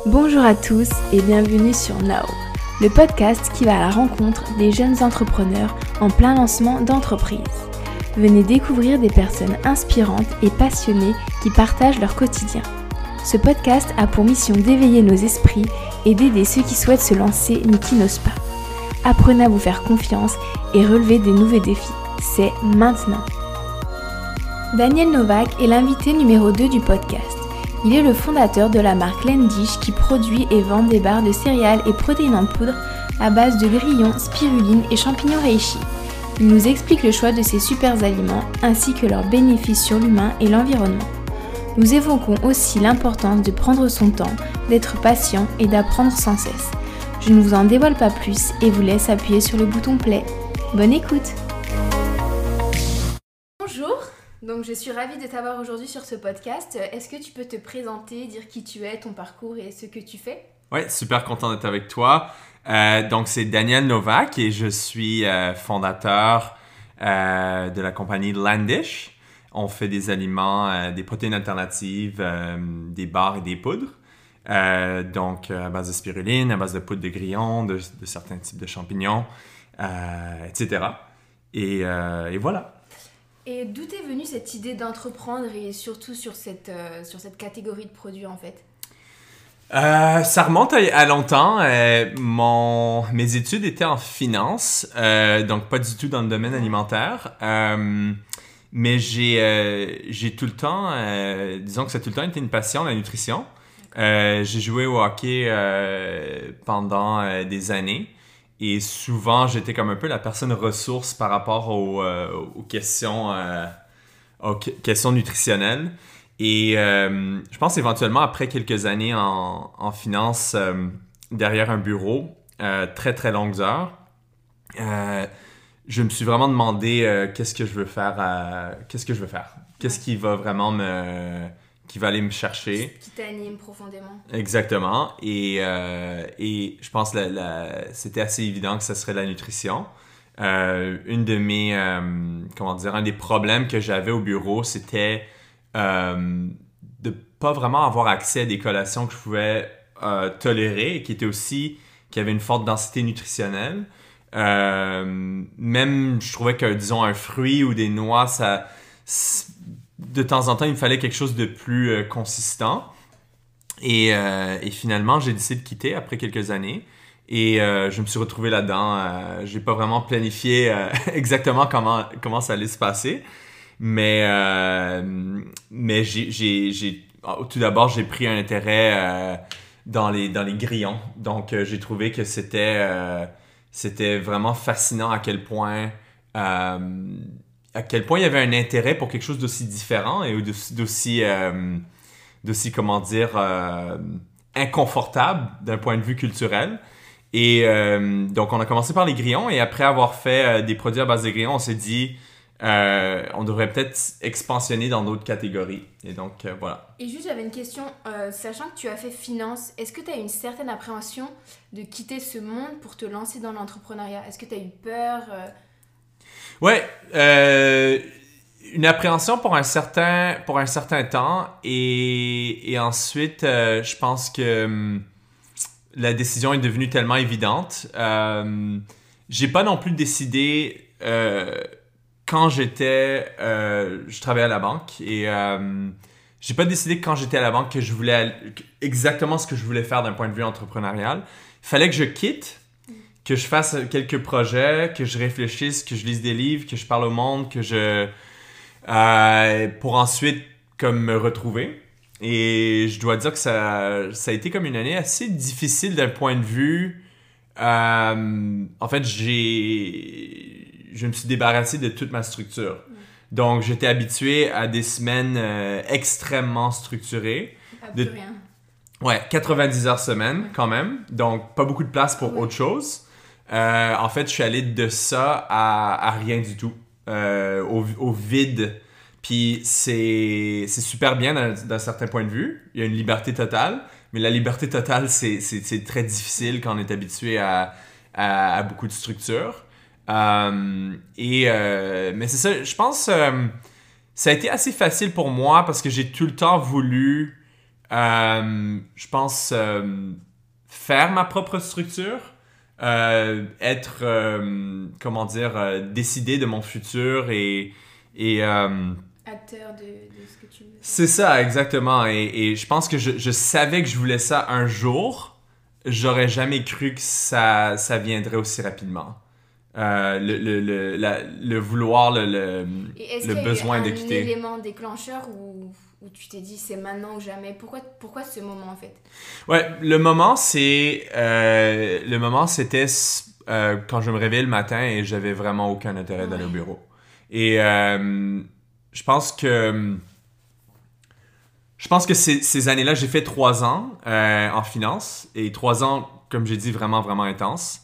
Bonjour à tous et bienvenue sur Now, le podcast qui va à la rencontre des jeunes entrepreneurs en plein lancement d'entreprise. Venez découvrir des personnes inspirantes et passionnées qui partagent leur quotidien. Ce podcast a pour mission d'éveiller nos esprits et d'aider ceux qui souhaitent se lancer mais qui n'osent pas. Apprenez à vous faire confiance et relever des nouveaux défis. C'est maintenant. Daniel Novak est l'invité numéro 2 du podcast. Il est le fondateur de la marque Lendish qui produit et vend des barres de céréales et protéines en poudre à base de grillons, spiruline et champignons reishi. Il nous explique le choix de ces super aliments ainsi que leurs bénéfices sur l'humain et l'environnement. Nous évoquons aussi l'importance de prendre son temps, d'être patient et d'apprendre sans cesse. Je ne vous en dévoile pas plus et vous laisse appuyer sur le bouton play. Bonne écoute! Bonjour! Donc je suis ravie de t'avoir aujourd'hui sur ce podcast. Est-ce que tu peux te présenter, dire qui tu es, ton parcours et ce que tu fais? Oui, super content d'être avec toi. Donc c'est Daniel Novak et je suis fondateur de la compagnie Lendish. On fait des aliments, des protéines alternatives, des barres et des poudres. Donc à base de spiruline, à base de poudre de grillons, de certains types de champignons, etc. Et voilà. Et d'où t'es venue cette idée d'entreprendre et surtout sur cette catégorie de produits en fait? Ça remonte à longtemps. Mes études étaient en finance, donc pas du tout dans le domaine alimentaire. Mais j'ai tout le temps, disons que ça a tout le temps été une passion, la nutrition. J'ai joué au hockey pendant des années. Et souvent, j'étais comme un peu la personne ressource par rapport aux questions nutritionnelles. Et je pense éventuellement, après quelques années en finance, derrière un bureau, très très longues heures, je me suis vraiment demandé qu'est-ce que je veux faire. Qu'est-ce qui va vraiment qui va aller me chercher. Qui t'anime profondément. Exactement. Et je pense que c'était assez évident que ce serait la nutrition. Une de mes, un des problèmes que j'avais au bureau, c'était de pas vraiment avoir accès à des collations que je pouvais tolérer et qui avaient une forte densité nutritionnelle. Même, je trouvais que, disons, un fruit ou des noix, de temps en temps, il me fallait quelque chose de plus consistant. Et finalement, j'ai décidé de quitter après quelques années. Et je me suis retrouvé là-dedans. J'ai pas vraiment planifié exactement comment ça allait se passer. Mais tout d'abord, j'ai pris un intérêt dans les grillons. Donc, j'ai trouvé que c'était vraiment fascinant à quel point il y avait un intérêt pour quelque chose d'aussi différent et d'aussi inconfortable d'un point de vue culturel. Et donc, on a commencé par les grillons et après avoir fait des produits à base de grillons, on s'est dit on devrait peut-être expansionner dans d'autres catégories. Et donc, voilà. Et juste, j'avais une question. Sachant que tu as fait finance, est-ce que tu as une certaine appréhension de quitter ce monde pour te lancer dans l'entrepreneuriat? Est-ce que tu as eu peur Ouais, une appréhension pour un certain temps et ensuite, je pense que la décision est devenue tellement évidente. J'ai pas non plus décidé quand je travaillais à la banque et j'ai pas décidé quand j'étais à la banque que je voulais exactement ce que je voulais faire d'un point de vue entrepreneurial. Il fallait que je quitte, que je fasse quelques projets, que je réfléchisse, que je lise des livres, que je parle au monde, pour ensuite comme me retrouver. Et je dois dire que ça a été comme une année assez difficile d'un point de vue. En fait, je me suis débarrassé de toute ma structure. Donc, j'étais habitué à des semaines extrêmement structurées. Plus rien. Ouais, 90 heures semaine quand même. Donc, pas beaucoup de place pour autre chose. En fait, je suis allé de ça à rien du tout. Au vide. Puis c'est super bien d'un certain point de vue. Il y a une liberté totale. Mais la liberté totale, c'est très difficile quand on est habitué à beaucoup de structures. Mais c'est ça, je pense ça a été assez facile pour moi parce que j'ai tout le temps voulu Je pense faire ma propre structure, décider de mon futur et Acteur de ce que tu veux. c'est ça, exactement. Et je pense que je savais que je voulais ça un jour. J'aurais jamais cru que ça viendrait aussi rapidement. Le vouloir, Et est-ce le qu'il y besoin a de eu un quitter. élément déclencheur où tu t'es dit c'est maintenant ou jamais? Pourquoi ce moment en fait? Ouais, le moment, c'était quand je me réveillais le matin et j'avais vraiment aucun intérêt d'aller au bureau. Et je pense que ces années-là, j'ai fait 3 ans en finance et 3 ans, comme j'ai dit, vraiment, vraiment intense.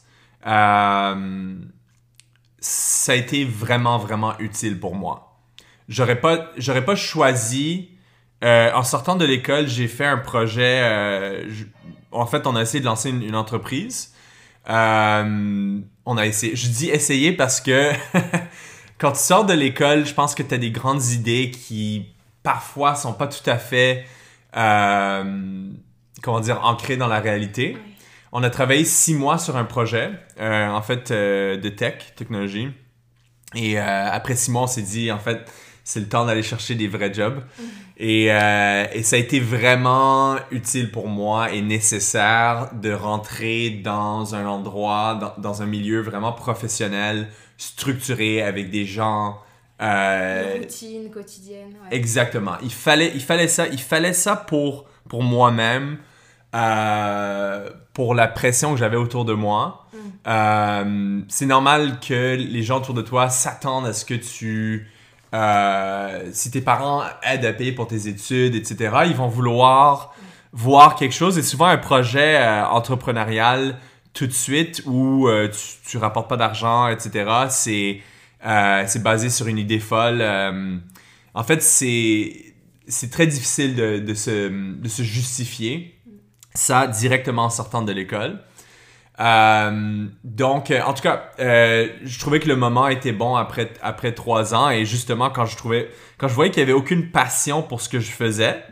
Ça a été vraiment, vraiment utile pour moi. J'aurais pas choisi. En sortant de l'école, j'ai fait un projet. En fait, on a essayé de lancer une entreprise. On a essayé. Je dis essayer parce que quand tu sors de l'école, je pense que tu as des grandes idées qui parfois sont pas tout à fait ancrées dans la réalité. Ouais. On a travaillé 6 mois sur un projet, de technologie. Et après 6 mois, on s'est dit, en fait, c'est le temps d'aller chercher des vrais jobs. Et ça a été vraiment utile pour moi et nécessaire de rentrer dans un endroit, dans un milieu vraiment professionnel, structuré, avec des gens... Une routine quotidienne. Ouais. Exactement. Il fallait ça pour moi-même, pour la pression que j'avais autour de moi. C'est normal que les gens autour de toi s'attendent à ce que si tes parents aident à payer pour tes études, etc., ils vont vouloir voir quelque chose. Et souvent, un projet entrepreneurial tout de suite où tu rapportes pas d'argent, etc., c'est basé sur une idée folle. En fait, c'est très difficile de se justifier ça directement en sortant de l'école. Donc, en tout cas, je trouvais que le moment était bon après 3 ans. Et justement, quand je voyais qu'il n'y avait aucune passion pour ce que je faisais,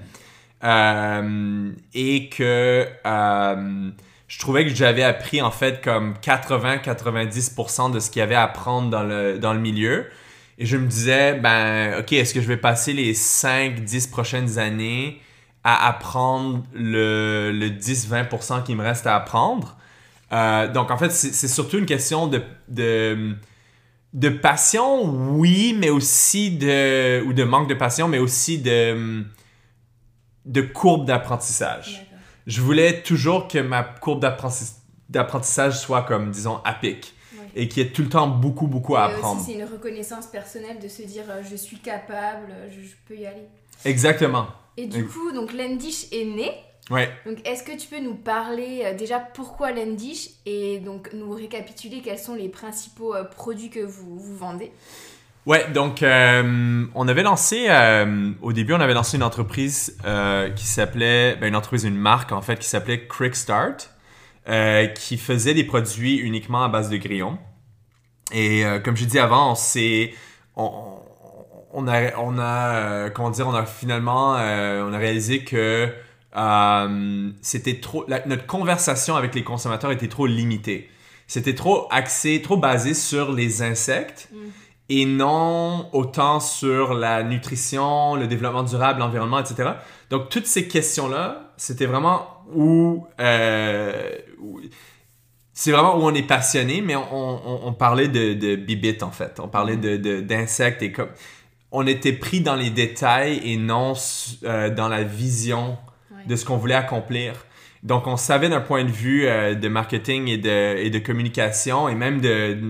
et que je trouvais que j'avais appris en fait comme 80-90% de ce qu'il y avait à apprendre dans le milieu. Et je me disais, ben, ok, est-ce que je vais passer les 5-10 prochaines années à apprendre le 10-20% qui me reste à apprendre? Donc, en fait, c'est surtout une question de passion, oui, mais aussi ou de manque de passion, mais aussi de courbe d'apprentissage. D'accord. Je voulais toujours que ma courbe d'apprentissage soit comme, disons, à pic. Ouais. Et qu'il y ait tout le temps beaucoup, beaucoup à apprendre. Aussi, c'est une reconnaissance personnelle de se dire je suis capable, je peux y aller. Exactement. Et du coup, donc Lendish est né. Ouais. Donc, est-ce que tu peux nous parler déjà pourquoi Lendish et donc nous récapituler quels sont les principaux produits que vous vendez? Ouais, donc on avait lancé, au début, on avait lancé une entreprise qui s'appelait, une marque en fait, qui s'appelait Quick Start, qui faisait des produits uniquement à base de grillons. Et comme j'ai dit avant, on a réalisé que c'était trop, notre conversation avec les consommateurs était trop limitée. C'était trop basé sur les insectes. Et non autant sur la nutrition, le développement durable, l'environnement, etc. Donc, toutes ces questions-là, c'était vraiment c'est vraiment où on est passionné, mais on parlait de bibites, en fait. On parlait d'insectes et comme... On était pris dans les détails et non dans la vision de ce qu'on voulait accomplir. Donc, on savait d'un point de vue de marketing et de communication et même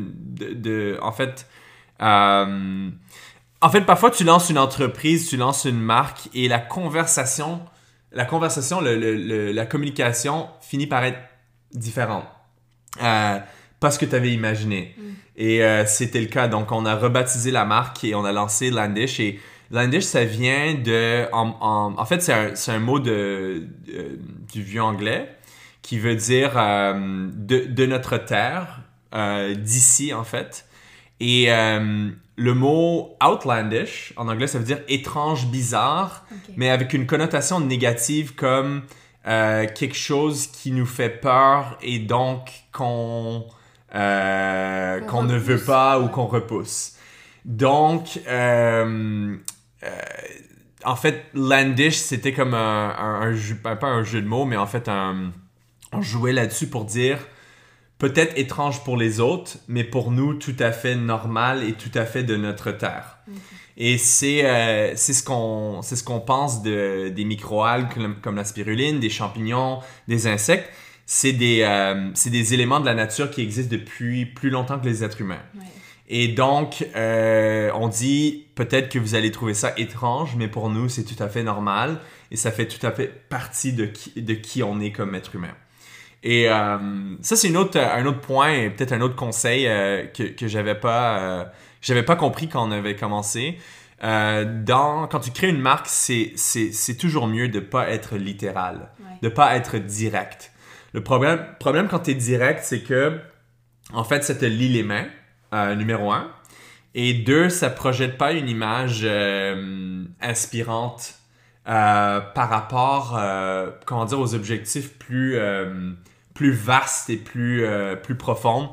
en fait, parfois, tu lances une entreprise, tu lances une marque et la conversation, la communication finit par être différente. Pas ce que tu avais imaginé. Et c'était le cas. Donc, on a rebaptisé la marque et on a lancé Landish. Et Landish, ça vient de... En fait, c'est un mot du vieux anglais qui veut dire de notre terre, d'ici, en fait. Et le mot outlandish, en anglais, ça veut dire étrange, bizarre, mais avec une connotation négative comme quelque chose qui nous fait peur et donc qu'on ne veut pas ou qu'on repousse. Donc, en fait, landish, c'était comme pas un jeu de mots, mais en fait, on jouait là-dessus pour dire peut-être étrange pour les autres, mais pour nous, tout à fait normal et tout à fait de notre terre. Et c'est ce qu'on pense des microalgues comme la spiruline, des champignons, des insectes. C'est des éléments de la nature qui existent depuis plus longtemps que les êtres humains. Ouais. Et donc, on dit peut-être que vous allez trouver ça étrange, mais pour nous, c'est tout à fait normal et ça fait tout à fait partie de qui on est comme être humain. Et ça, c'est un autre point et peut-être un autre conseil que j'avais pas compris quand on avait commencé. Quand tu crées une marque, c'est toujours mieux de pas être littéral, de pas être direct. Le problème quand tu es direct, c'est que en fait, ça te lie les mains, numéro 1. Et 2, ça projette pas une image inspirante par rapport comment dire, aux objectifs plus vastes et plus profonds.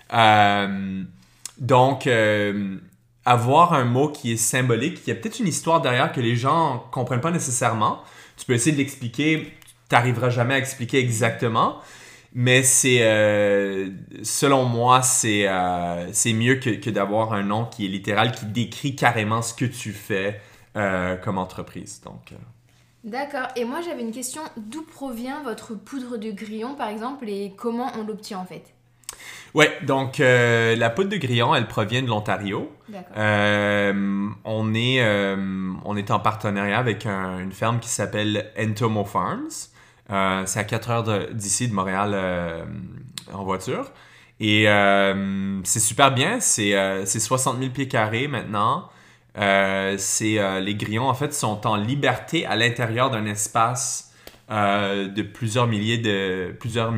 Donc, avoir un mot qui est symbolique, il y a peut-être une histoire derrière que les gens comprennent pas nécessairement. Tu peux essayer de l'expliquer, tu n'arriveras jamais à expliquer exactement. Mais selon moi, c'est mieux que d'avoir un nom qui est littéral, qui décrit carrément ce que tu fais comme entreprise. Donc, D'accord. Et moi, j'avais une question. D'où provient votre poudre de grillon, par exemple, et comment on l'obtient, en fait? Ouais, donc la poudre de grillon, elle provient de l'Ontario. D'accord. On est en partenariat avec une ferme qui s'appelle Entomo Farms. C'est à 4 heures d'ici, de Montréal, en voiture. Et c'est super bien. C'est 60 000 pieds carrés maintenant. Les grillons, en fait, sont en liberté à l'intérieur d'un espace de plusieurs milliers de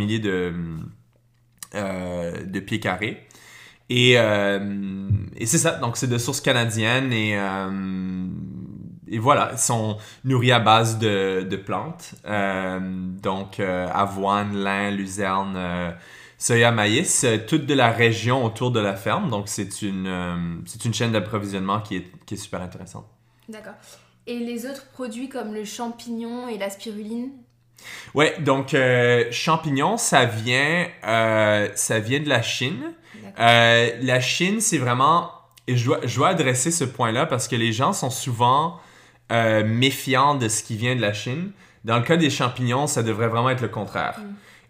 pieds carrés. Et c'est ça. Donc, c'est de source canadienne et voilà, ils sont nourris à base de plantes. Donc, avoine, lin, luzerne, soya, maïs, toute de la région autour de la ferme. Donc, c'est une chaîne d'approvisionnement qui est super intéressante. D'accord. Et les autres produits comme le champignon et la spiruline? Ouais, donc champignons, ça vient de la Chine. La Chine, c'est vraiment... Et je dois adresser ce point-là parce que les gens sont souvent méfiants de ce qui vient de la Chine. Dans le cas des champignons, ça devrait vraiment être le contraire.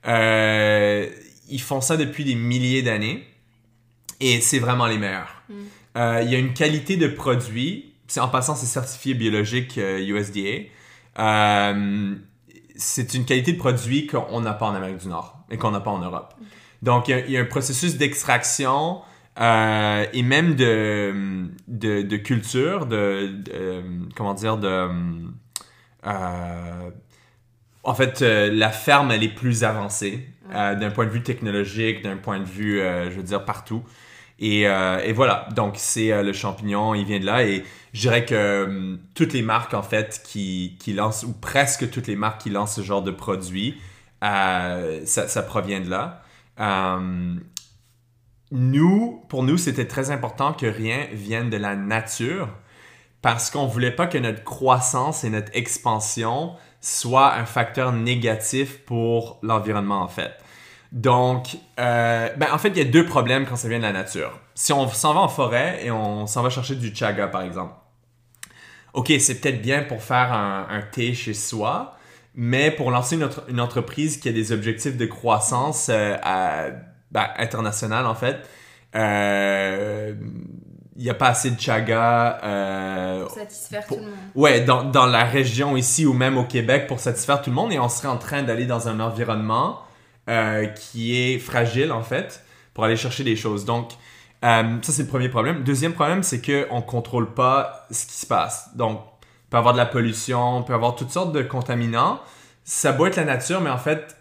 Ils font ça depuis des milliers d'années et c'est vraiment les meilleurs. Il y a une qualité de produit. En passant, c'est certifié biologique USDA. C'est une qualité de produit qu'on n'a pas en Amérique du Nord et qu'on n'a pas en Europe. Donc, il y a un processus d'extraction et même de culture, en fait, la ferme, elle est plus avancée d'un point de vue technologique, d'un point de vue, je veux dire, partout. Et voilà, donc c'est le champignon, il vient de là. Et je dirais que toutes les marques, en fait, qui lancent, ou presque toutes les marques qui lancent ce genre de produit, ça provient de là. Pour nous, c'était très important que rien vienne de la nature parce qu'on voulait pas que notre croissance et notre expansion soient un facteur négatif pour l'environnement, en fait. Donc, en fait, il y a 2 problèmes quand ça vient de la nature. Si on s'en va en forêt et on s'en va chercher du chaga, par exemple. OK, c'est peut-être bien pour faire un thé chez soi, mais pour lancer une entreprise qui a des objectifs de croissance internationale, en fait, il n'y a pas assez de chaga pour satisfaire tout le monde. Ouais, dans la région ici ou même au Québec pour satisfaire tout le monde, et on serait en train d'aller dans un environnement qui est fragile, en fait, pour aller chercher des choses. Donc, ça, c'est le premier problème. Deuxième problème, c'est qu'on ne contrôle pas ce qui se passe. Donc, il peut y avoir de la pollution, il peut y avoir toutes sortes de contaminants. Ça doit être la nature, mais en fait,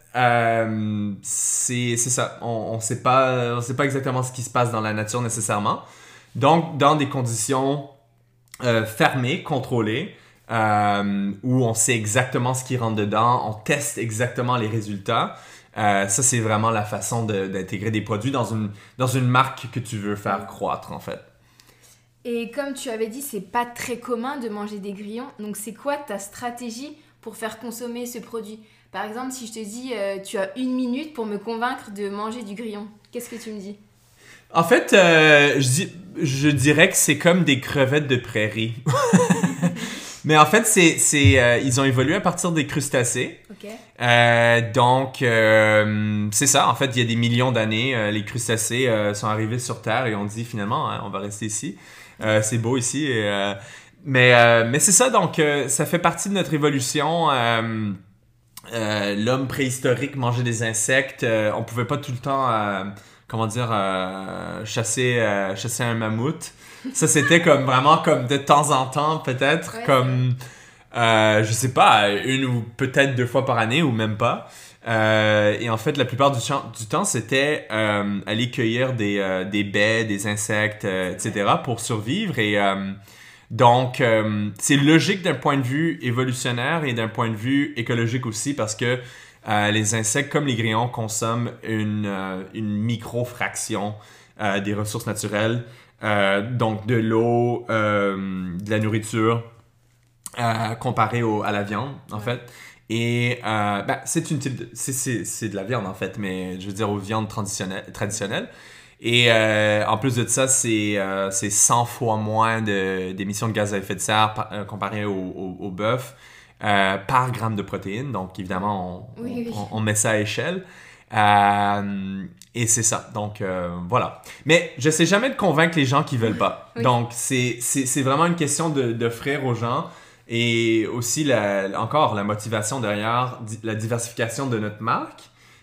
c'est ça. On sait pas exactement ce qui se passe dans la nature nécessairement. Donc, dans des conditions fermées, contrôlées, où on sait exactement ce qui rentre dedans, on teste exactement les résultats. Ça, c'est vraiment la façon d'intégrer des produits dans une marque que tu veux faire croître, en fait. Et comme tu avais dit, c'est pas très commun de manger des grillons. Donc, c'est quoi ta stratégie pour faire consommer ce produit? Par exemple, si je te dis, tu as 1 minute pour me convaincre de manger du grillon, qu'est-ce que tu me dis? En fait, je dirais que c'est comme des crevettes de prairie. Mais en fait, ils ont évolué à partir des crustacés. Ok. Donc, c'est ça. En fait, il y a des millions d'années, les crustacés sont arrivés sur Terre et ont dit finalement, hein, on va rester ici. C'est beau ici. Mais c'est ça. Donc, ça fait partie de notre évolution. L'homme préhistorique mangeait des insectes. On pouvait pas tout le temps, chasser un mammouth. Ça, c'était comme vraiment comme de temps en temps, peut-être, ouais, comme, je sais pas, 1 ou peut-être 2 fois par année ou même pas. Et en fait, la plupart du temps, c'était aller cueillir des baies, des insectes, etc. pour survivre. Et donc, c'est logique d'un point de vue évolutionnaire et d'un point de vue écologique aussi parce que les insectes, comme les grillons, consomment une micro-fraction des ressources naturelles. Donc de l'eau, de la nourriture comparé à la viande en fait. Et c'est de la viande en fait, mais je veux dire aux viandes traditionnelles. Et en plus de ça, c'est 100 fois moins d'émissions de gaz à effet de serre comparé au bœuf par gramme de protéines. Donc évidemment, on met ça à échelle. Et c'est ça. Donc, voilà. Mais je sais jamais de convaincre les gens qui veulent pas. Oui. Donc, c'est vraiment une question d'offrir aux gens et aussi, encore, la motivation derrière la diversification de notre marque,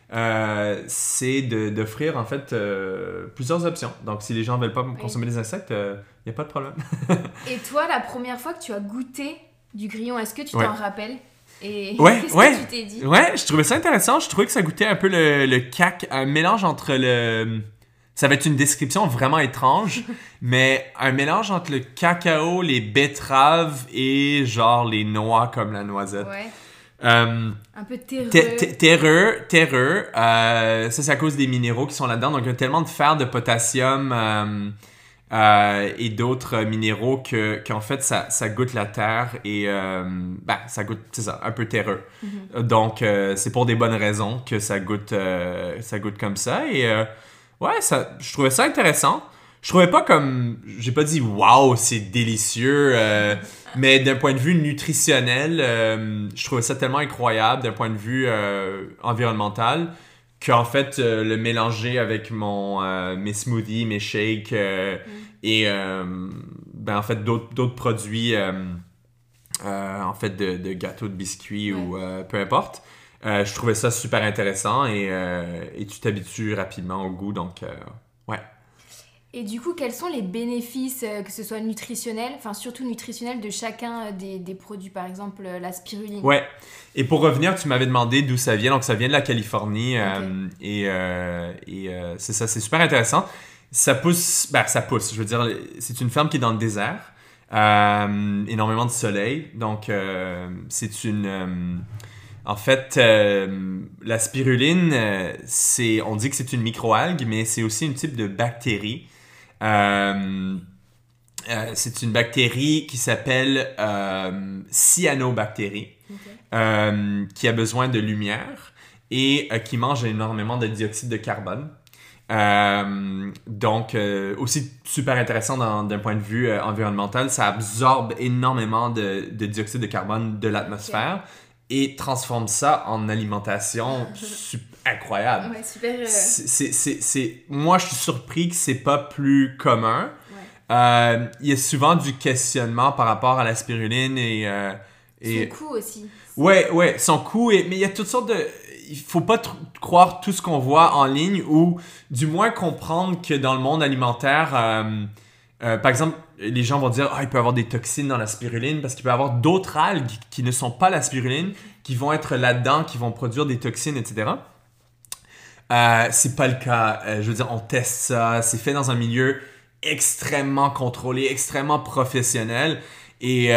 c'est d'offrir, en fait, plusieurs options. Donc, si les gens veulent pas consommer des insectes, il n'y a pas de problème. Et toi, la première fois que tu as goûté du grillon, est-ce que tu t'en rappelles? Et qu'est-ce que tu t'es dit? Ouais, je trouvais ça intéressant. Je trouvais que ça goûtait un peu le cac, un mélange entre ça va être une description vraiment étrange, mais un mélange entre le cacao, les betteraves et genre les noix comme la noisette. Ouais. Un peu terreux. Terreux. Ça, c'est à cause des minéraux qui sont là-dedans. Donc, il y a tellement de fer, de potassium... et d'autres minéraux qu'en fait ça goûte la terre et ça goûte, c'est ça, un peu terreux. Mm-hmm. Donc c'est pour des bonnes raisons que ça goûte comme ça et je trouvais ça intéressant. Je trouvais pas comme, j'ai pas dit waouh c'est délicieux, mais d'un point de vue nutritionnel, je trouvais ça tellement incroyable d'un point de vue environnemental. Qu'en fait, le mélanger avec mes smoothies, mes shakes et en fait d'autres produits en fait de gâteaux, de biscuits ou peu importe. Je trouvais ça super intéressant et tu t'habitues rapidement au goût, donc ouais. Et du coup, quels sont les bénéfices, que ce soit nutritionnels, enfin surtout nutritionnels, de chacun des produits, par exemple la spiruline? Ouais. Et pour revenir, tu m'avais demandé d'où ça vient. Donc, ça vient de la Californie. Okay. C'est ça, c'est super intéressant. Ça pousse. Je veux dire, c'est une ferme qui est dans le désert. Énormément de soleil. Donc, c'est une... en fait, la spiruline, on dit que c'est une microalgue, mais c'est aussi un type de bactérie. C'est une bactérie qui s'appelle cyanobactérie, qui a besoin de lumière et qui mange énormément de dioxyde de carbone. Donc, aussi super intéressant d'un point de vue environnemental, ça absorbe énormément de dioxyde de carbone de l'atmosphère et transforme ça en alimentation incroyable. Ouais, super. Moi, je suis surpris que c'est pas plus commun. Il y a souvent du questionnement par rapport à la spiruline et son coût aussi. Ouais, son coût. Mais il y a toutes sortes de... Il faut pas croire tout ce qu'on voit en ligne ou du moins comprendre que dans le monde alimentaire, par exemple, les gens vont dire il peut y avoir des toxines dans la spiruline parce qu'il peut y avoir d'autres algues qui ne sont pas la spiruline qui vont être là-dedans, qui vont produire des toxines, etc. C'est pas le cas. Je veux dire, on teste ça. C'est fait dans un milieu extrêmement contrôlé, extrêmement professionnel. Et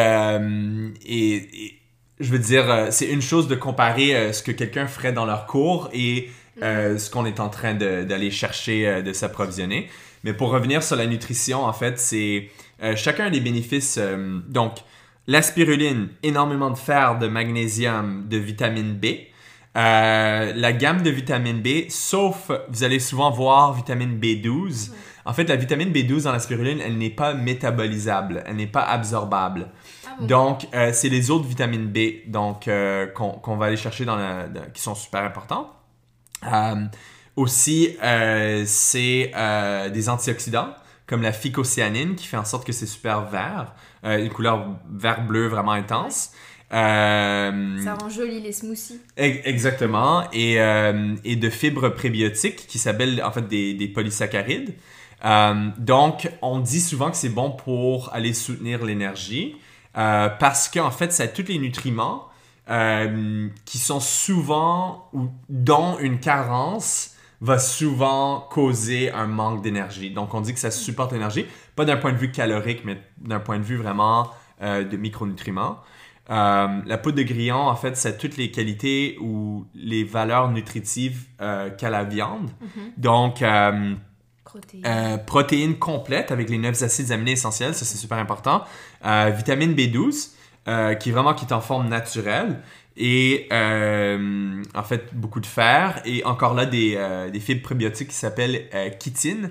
je veux dire, c'est une chose de comparer ce que quelqu'un ferait dans leur cours et ce qu'on est en train d'aller chercher, de s'approvisionner. Mais pour revenir sur la nutrition, en fait, c'est chacun des bénéfices. Donc, la spiruline, énormément de fer, de magnésium, de vitamine B. La gamme de vitamine B, sauf, vous allez souvent voir vitamine B12. En fait, la vitamine B12 dans la spiruline, elle n'est pas métabolisable, elle n'est pas absorbable. Donc, c'est les autres vitamines B donc, qu'on va aller chercher qui sont super importantes. Aussi, c'est des antioxydants, comme la phycocyanine, qui fait en sorte que c'est super vert, une couleur vert-bleu vraiment intense. Ça rend joli les smoothies. Exactement. Et de fibres prébiotiques qui s'appellent en fait des polysaccharides. Donc, on dit souvent que c'est bon pour aller soutenir l'énergie parce qu'en fait, ça a tous les nutriments qui sont souvent ou dont une carence va souvent causer un manque d'énergie. Donc, on dit que ça supporte l'énergie, pas d'un point de vue calorique, mais d'un point de vue vraiment de micronutriments. La poudre de grillon, en fait, ça a toutes les qualités ou les valeurs nutritives qu'a la viande. Donc, protéines complètes avec les 9 acides aminés essentiels, ça c'est super important. Vitamine B12, qui est en forme naturelle. Et en fait, beaucoup de fer. Et encore là, des fibres prébiotiques qui s'appellent chitine.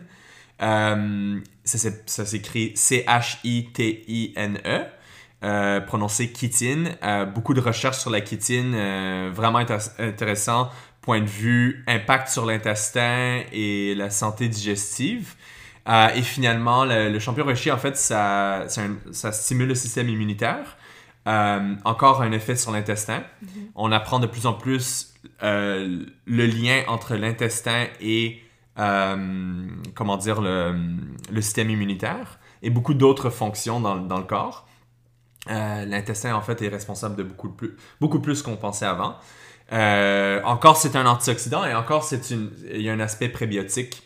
Ça s'écrit C-H-I-T-I-N-E. Prononcé chitine. Beaucoup de recherches sur la chitine, vraiment intéressant. Point de vue impact sur l'intestin et la santé digestive. Et finalement, le champignon rocher, en fait, ça stimule le système immunitaire. Encore un effet sur l'intestin. On apprend de plus en plus le lien entre l'intestin et comment dire, le système immunitaire et beaucoup d'autres fonctions dans le corps. L'intestin, en fait, est responsable de beaucoup plus qu'on pensait avant. Encore, c'est un antioxydant et encore, il y a un aspect prébiotique.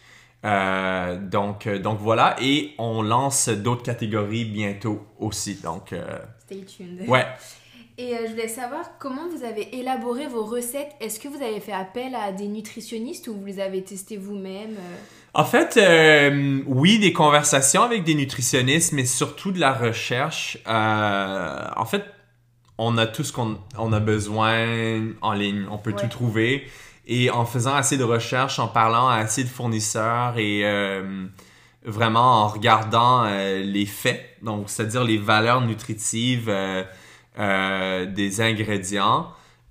Donc voilà, et on lance d'autres catégories bientôt aussi. Donc, stay tuned. Ouais. Et je voulais savoir comment vous avez élaboré vos recettes. Est-ce que vous avez fait appel à des nutritionnistes ou vous les avez testés vous-même? En fait, oui, des conversations avec des nutritionnistes, mais surtout de la recherche. En fait, on a tout ce qu'on a besoin en ligne. On peut tout trouver. Et en faisant assez de recherches, en parlant à assez de fournisseurs et vraiment en regardant les faits, donc c'est-à-dire les valeurs nutritives des ingrédients,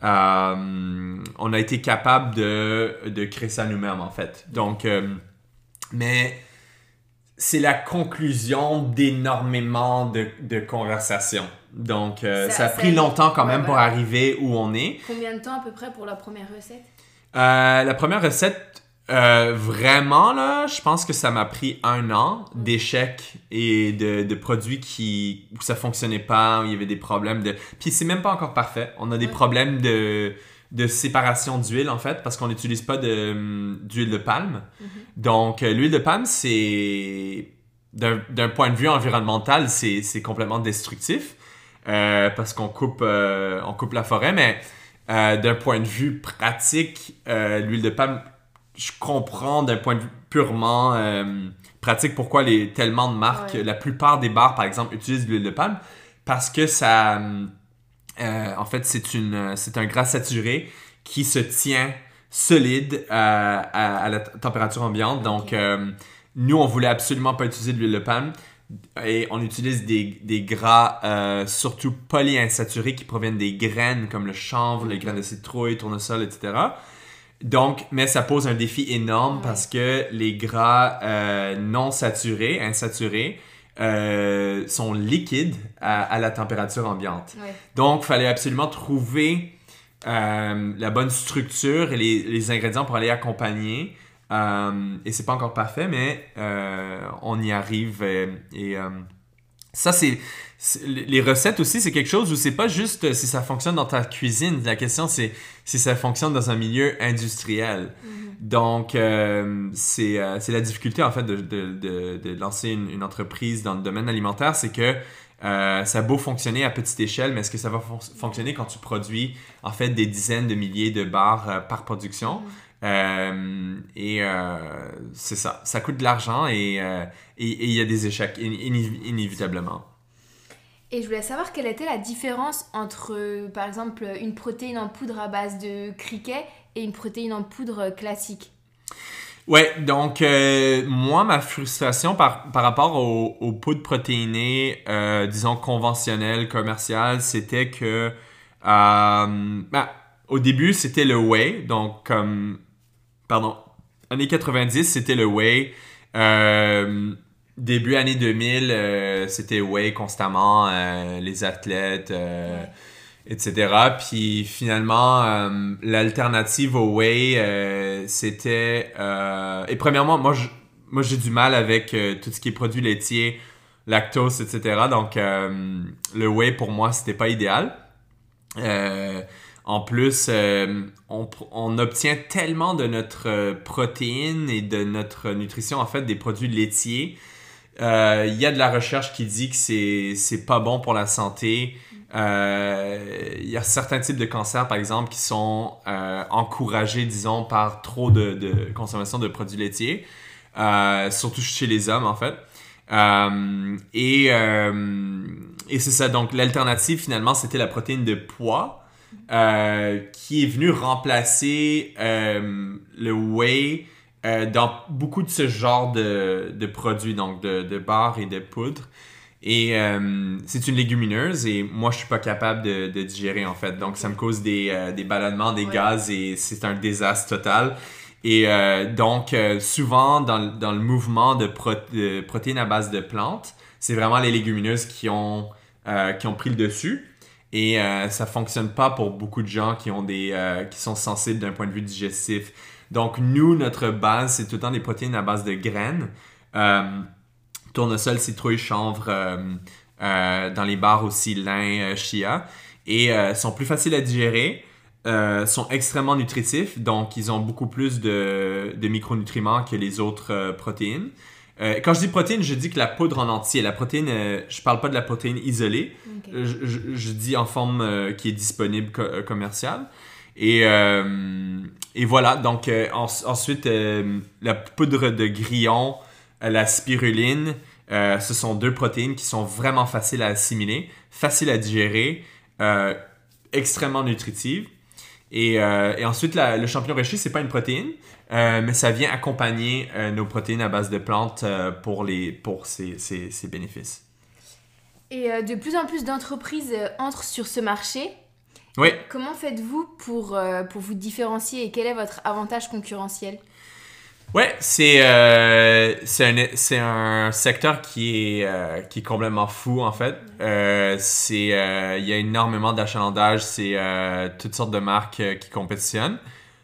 on a été capable de créer ça nous-mêmes, en fait. Donc, mais c'est la conclusion d'énormément de conversations. Donc, ça a pris longtemps quand même pour arriver où on est. Combien de temps à peu près pour la première recette? La première recette, vraiment, là, je pense que ça m'a pris 1 an d'échecs et de produits où ça fonctionnait pas, où il y avait des problèmes de... Puis c'est même pas encore parfait. On a des problèmes de séparation d'huile, en fait, parce qu'on n'utilise pas d'huile de palme. Donc, l'huile de palme, c'est... D'un point de vue environnemental, c'est complètement destructif parce qu'on coupe la forêt, mais... d'un point de vue pratique, l'huile de palme, je comprends d'un point de vue purement pratique pourquoi tellement de marques, la plupart des bars par exemple, utilisent l'huile de palme parce que ça, en fait, c'est un gras saturé qui se tient solide à la température ambiante. Donc, nous, on voulait absolument pas utiliser de l'huile de palme. Et on utilise des gras surtout polyinsaturés qui proviennent des graines comme le chanvre, les graines de citrouille, tournesol, etc. Donc, mais ça pose un défi énorme parce que les gras non saturés, insaturés, sont liquides à la température ambiante. Donc, il fallait absolument trouver la bonne structure et les ingrédients pour aller accompagner. Et c'est pas encore parfait, mais on y arrive et Ça, les recettes aussi, c'est quelque chose où c'est pas juste si ça fonctionne dans ta cuisine. La question, c'est si ça fonctionne dans un milieu industriel. Donc, c'est la difficulté, en fait, de lancer une entreprise dans le domaine alimentaire, c'est que ça a beau fonctionner à petite échelle, mais est-ce que ça va fonctionner quand tu produis, en fait, des dizaines de milliers de barres par production? C'est ça. Ça coûte de l'argent et il y a des échecs, inévitablement. Et je voulais savoir quelle était la différence entre, par exemple, une protéine en poudre à base de criquet et une protéine en poudre classique. Ouais, donc moi, ma frustration par rapport aux poudres protéinées, disons conventionnelles, commerciales, c'était que au début, c'était le whey, donc années 90, c'était le whey. Début années 2000, c'était whey constamment, les athlètes, etc. Puis finalement, l'alternative au whey, c'était... et premièrement, moi j'ai du mal avec tout ce qui est produits laitiers, lactose, etc. Donc, le whey, pour moi, c'était pas idéal. En plus, on obtient tellement de notre protéine et de notre nutrition, en fait, des produits laitiers. Il y a de la recherche qui dit que c'est pas bon pour la santé. Il y a certains types de cancers, par exemple, qui sont encouragés, disons, par trop de consommation de produits laitiers, surtout chez les hommes, en fait. Et c'est ça. Donc, l'alternative, finalement, c'était la protéine de pois, qui est venue remplacer le whey dans beaucoup de ce genre de produits, donc de barres et de poudres. Et c'est une légumineuse et moi, je suis pas capable de digérer, en fait. Donc, ça me cause des ballonnements, des gaz et c'est un désastre total. Et donc, souvent, dans le mouvement de protéines à base de plantes, c'est vraiment les légumineuses qui ont pris le dessus. Et ça fonctionne pas pour beaucoup de gens qui sont sensibles d'un point de vue digestif. Donc, nous, notre base, c'est tout le temps des protéines à base de graines. Tournesol, citrouille, chanvre, dans les barres aussi, lin, chia. Et sont plus faciles à digérer, sont extrêmement nutritifs. Donc, ils ont beaucoup plus de micronutriments que les autres protéines. Quand je dis protéine, je dis que la poudre en entier. La protéine, je parle pas de la protéine isolée. Okay. Je dis en forme qui est disponible commerciale. Et voilà. Donc, ensuite, la poudre de grillon, la spiruline, ce sont deux protéines qui sont vraiment faciles à assimiler, faciles à digérer, extrêmement nutritives. Et ensuite, le champignon réchauffé, c'est pas une protéine, mais ça vient accompagner nos protéines à base de plantes pour ces bénéfices. Et de plus en plus d'entreprises entrent sur ce marché. Oui. Comment faites-vous pour vous différencier et quel est votre avantage concurrentiel? Ouais, c'est un secteur qui est complètement fou, en fait. Il y a énormément d'achalandage, c'est toutes sortes de marques qui compétitionnent.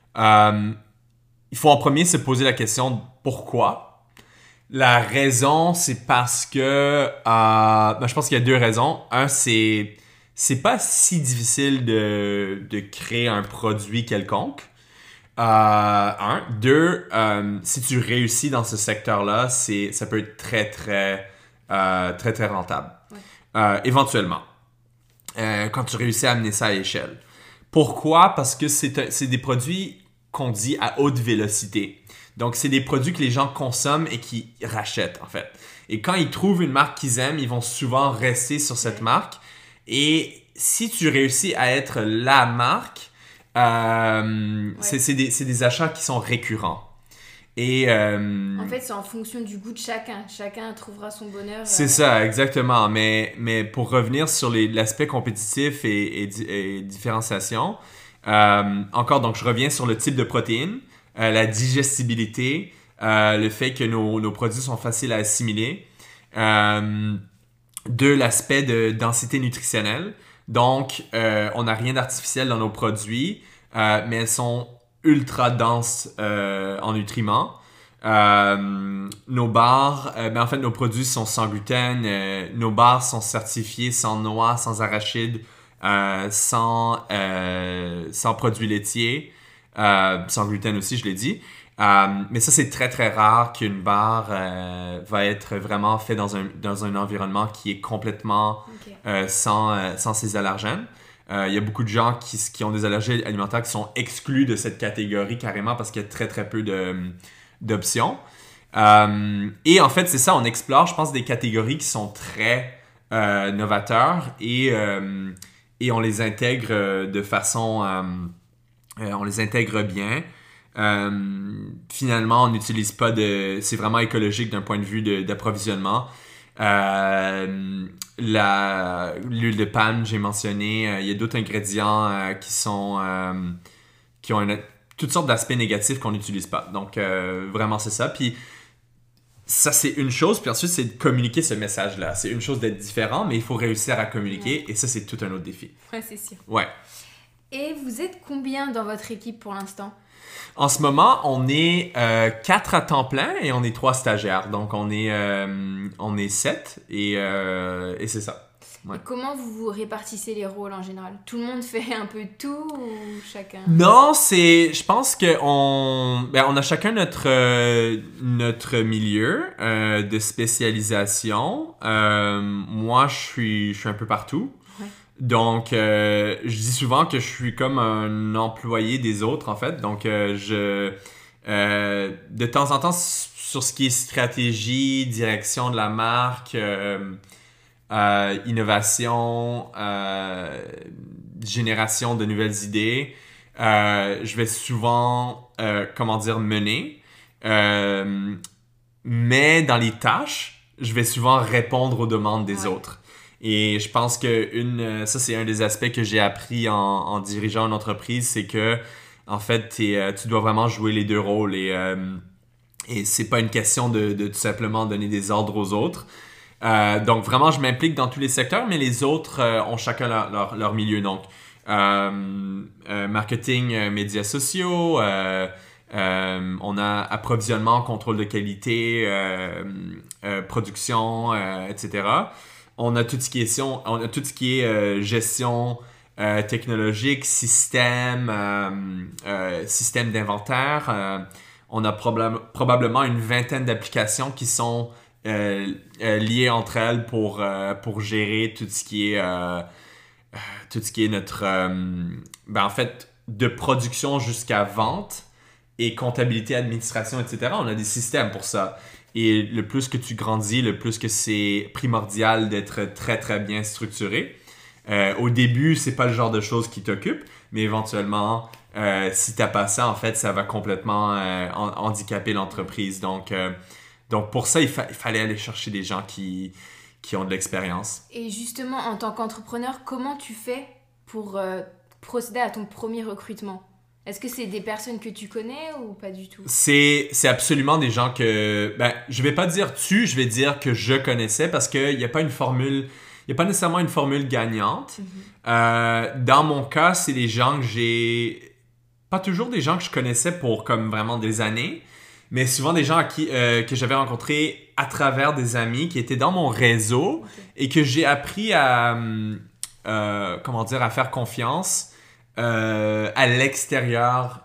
Il faut en premier se poser la question pourquoi. La raison, c'est parce que je pense qu'il y a deux raisons. Un, c'est pas si difficile de créer un produit quelconque. Deux, si tu réussis dans ce secteur-là, ça peut être très, très, très, très rentable. Ouais. Éventuellement. Quand tu réussis à amener ça à l'échelle. Pourquoi? Parce que c'est des produits qu'on dit à haute vélocité. Donc, c'est des produits que les gens consomment et qui rachètent, en fait. Et quand ils trouvent une marque qu'ils aiment, ils vont souvent rester sur cette marque. Et si tu réussis à être la marque, c'est des achats qui sont récurrents. Et, en fait, c'est en fonction du goût de chacun. Chacun trouvera son bonheur. C'est ça, exactement. Mais pour revenir sur l'aspect compétitif et différenciation, encore, donc je reviens sur le type de protéines, la digestibilité, le fait que nos produits sont faciles à assimiler. De l'aspect de densité nutritionnelle. Donc, on n'a rien d'artificiel dans nos produits, mais elles sont ultra denses en nutriments. Nos bars, en fait, nos produits sont sans gluten. Nos bars sont certifiés sans noix, sans arachides, sans produits laitiers, sans gluten aussi, je l'ai dit. Mais ça, c'est très, très rare qu'une barre va être vraiment fait dans un environnement qui est complètement sans ces allergènes. Il y a beaucoup de gens qui ont des allergies alimentaires qui sont exclus de cette catégorie carrément parce qu'il y a très, très peu d'options. Et en fait, c'est ça, on explore, je pense, des catégories qui sont très novateurs et on les intègre de façon... on les intègre bien. Finalement, on n'utilise pas de... C'est vraiment écologique d'un point de vue d'approvisionnement. L'huile de palme, j'ai mentionné. Il y a d'autres ingrédients qui ont toutes sortes d'aspects négatifs qu'on n'utilise pas. Donc, vraiment, c'est ça. Puis, ça, c'est une chose. Puis ensuite, c'est de communiquer ce message-là. C'est une chose d'être différent, mais il faut réussir à communiquer. Ouais. Et ça, c'est tout un autre défi. Ouais, c'est sûr. Ouais. Et vous êtes combien dans votre équipe pour l'instant? En ce moment, on est 4 à temps plein et on est 3 stagiaires. Donc, on est 7 et c'est ça. Ouais. Et comment vous vous répartissez les rôles en général? Tout le monde fait un peu tout ou chacun? Non, je pense qu'on on a chacun notre milieu de spécialisation. Moi, je suis un peu partout. Ouais. Donc, je dis souvent que je suis comme un employé des autres, en fait. Donc, de temps en temps, sur ce qui est stratégie, direction de la marque... innovation, génération de nouvelles idées. Je vais souvent, mener. Mais dans les tâches, je vais souvent répondre aux demandes des autres. Et je pense que ça, c'est un des aspects que j'ai appris en dirigeant une entreprise, c'est que, en fait, tu dois vraiment jouer les deux rôles et c'est pas une question de tout simplement donner des ordres aux autres. Donc vraiment, je m'implique dans tous les secteurs, mais les autres ont chacun leur milieu. Donc, marketing, médias sociaux, on a approvisionnement, contrôle de qualité, production, etc. On a tout ce qui est gestion technologique, système d'inventaire. On a probablement une vingtaine d'applications qui sont liées entre elles pour gérer tout ce qui est notre en fait de production jusqu'à vente et comptabilité, administration, etc. On a des systèmes pour ça. Et le plus que tu grandis, le plus que c'est primordial d'être très très bien structuré. Au début, c'est pas le genre de choses qui t'occupent, mais éventuellement, si t'as pas ça, en fait, ça va complètement handicaper l'entreprise. Donc pour ça, il fallait aller chercher des gens qui ont de l'expérience. Et justement, en tant qu'entrepreneur, comment tu fais pour procéder à ton premier recrutement? Est-ce que c'est des personnes que tu connais ou pas du tout? C'est absolument des gens que... je vais pas dire je vais dire que je connaissais parce qu'il n'y a pas une formule... Il n'y a pas nécessairement une formule gagnante. Mm-hmm. Dans mon cas, c'est des gens que j'ai... Pas toujours des gens que je connaissais pour comme vraiment des années, mais souvent des gens que j'avais rencontrés à travers des amis qui étaient dans mon réseau et que j'ai appris à faire confiance à l'extérieur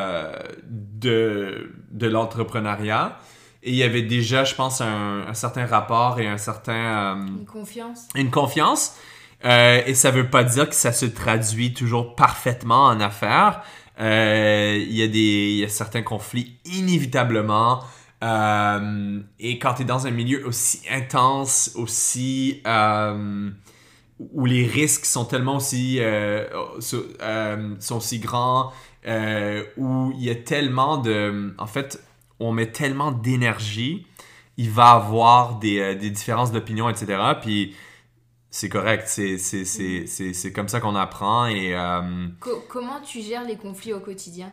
de l'entrepreneuriat. Et il y avait déjà, je pense, un certain rapport et un certain... une confiance. Une confiance. Et ça veut pas dire que ça se traduit toujours parfaitement en affaires. Il y a certains conflits inévitablement. Et quand tu es dans un milieu aussi intense, aussi... où les risques sont tellement aussi... sont aussi grands, où il y a tellement de... En fait... on met tellement d'énergie, il va avoir des différences d'opinion, etc. Puis c'est correct, c'est comme ça qu'on apprend. Et, comment tu gères les conflits au quotidien?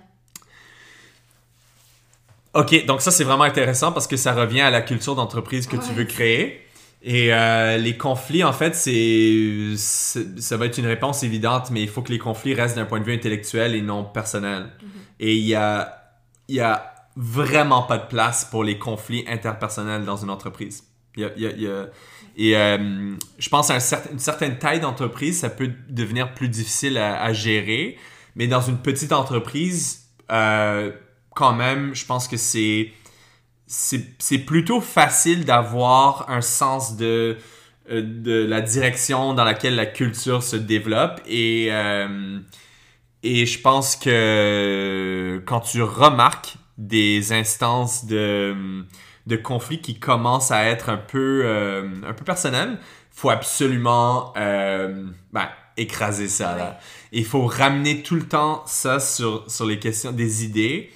Ok, donc ça c'est vraiment intéressant parce que ça revient à la culture d'entreprise que tu veux créer. Et les conflits, en fait, ça va être une réponse évidente, mais il faut que les conflits restent d'un point de vue intellectuel et non personnel. Mm-hmm. Et il y a vraiment pas de place pour les conflits interpersonnels dans une entreprise. Et je pense qu'à une certaine taille d'entreprise, ça peut devenir plus difficile à gérer. Mais dans une petite entreprise, quand même, je pense que c'est plutôt facile d'avoir un sens de la direction dans laquelle la culture se développe. Et je pense que quand tu remarques des instances de conflits qui commencent à être un peu personnels, faut absolument écraser ça. Ouais. Là. Il faut ramener tout le temps ça sur les questions des idées.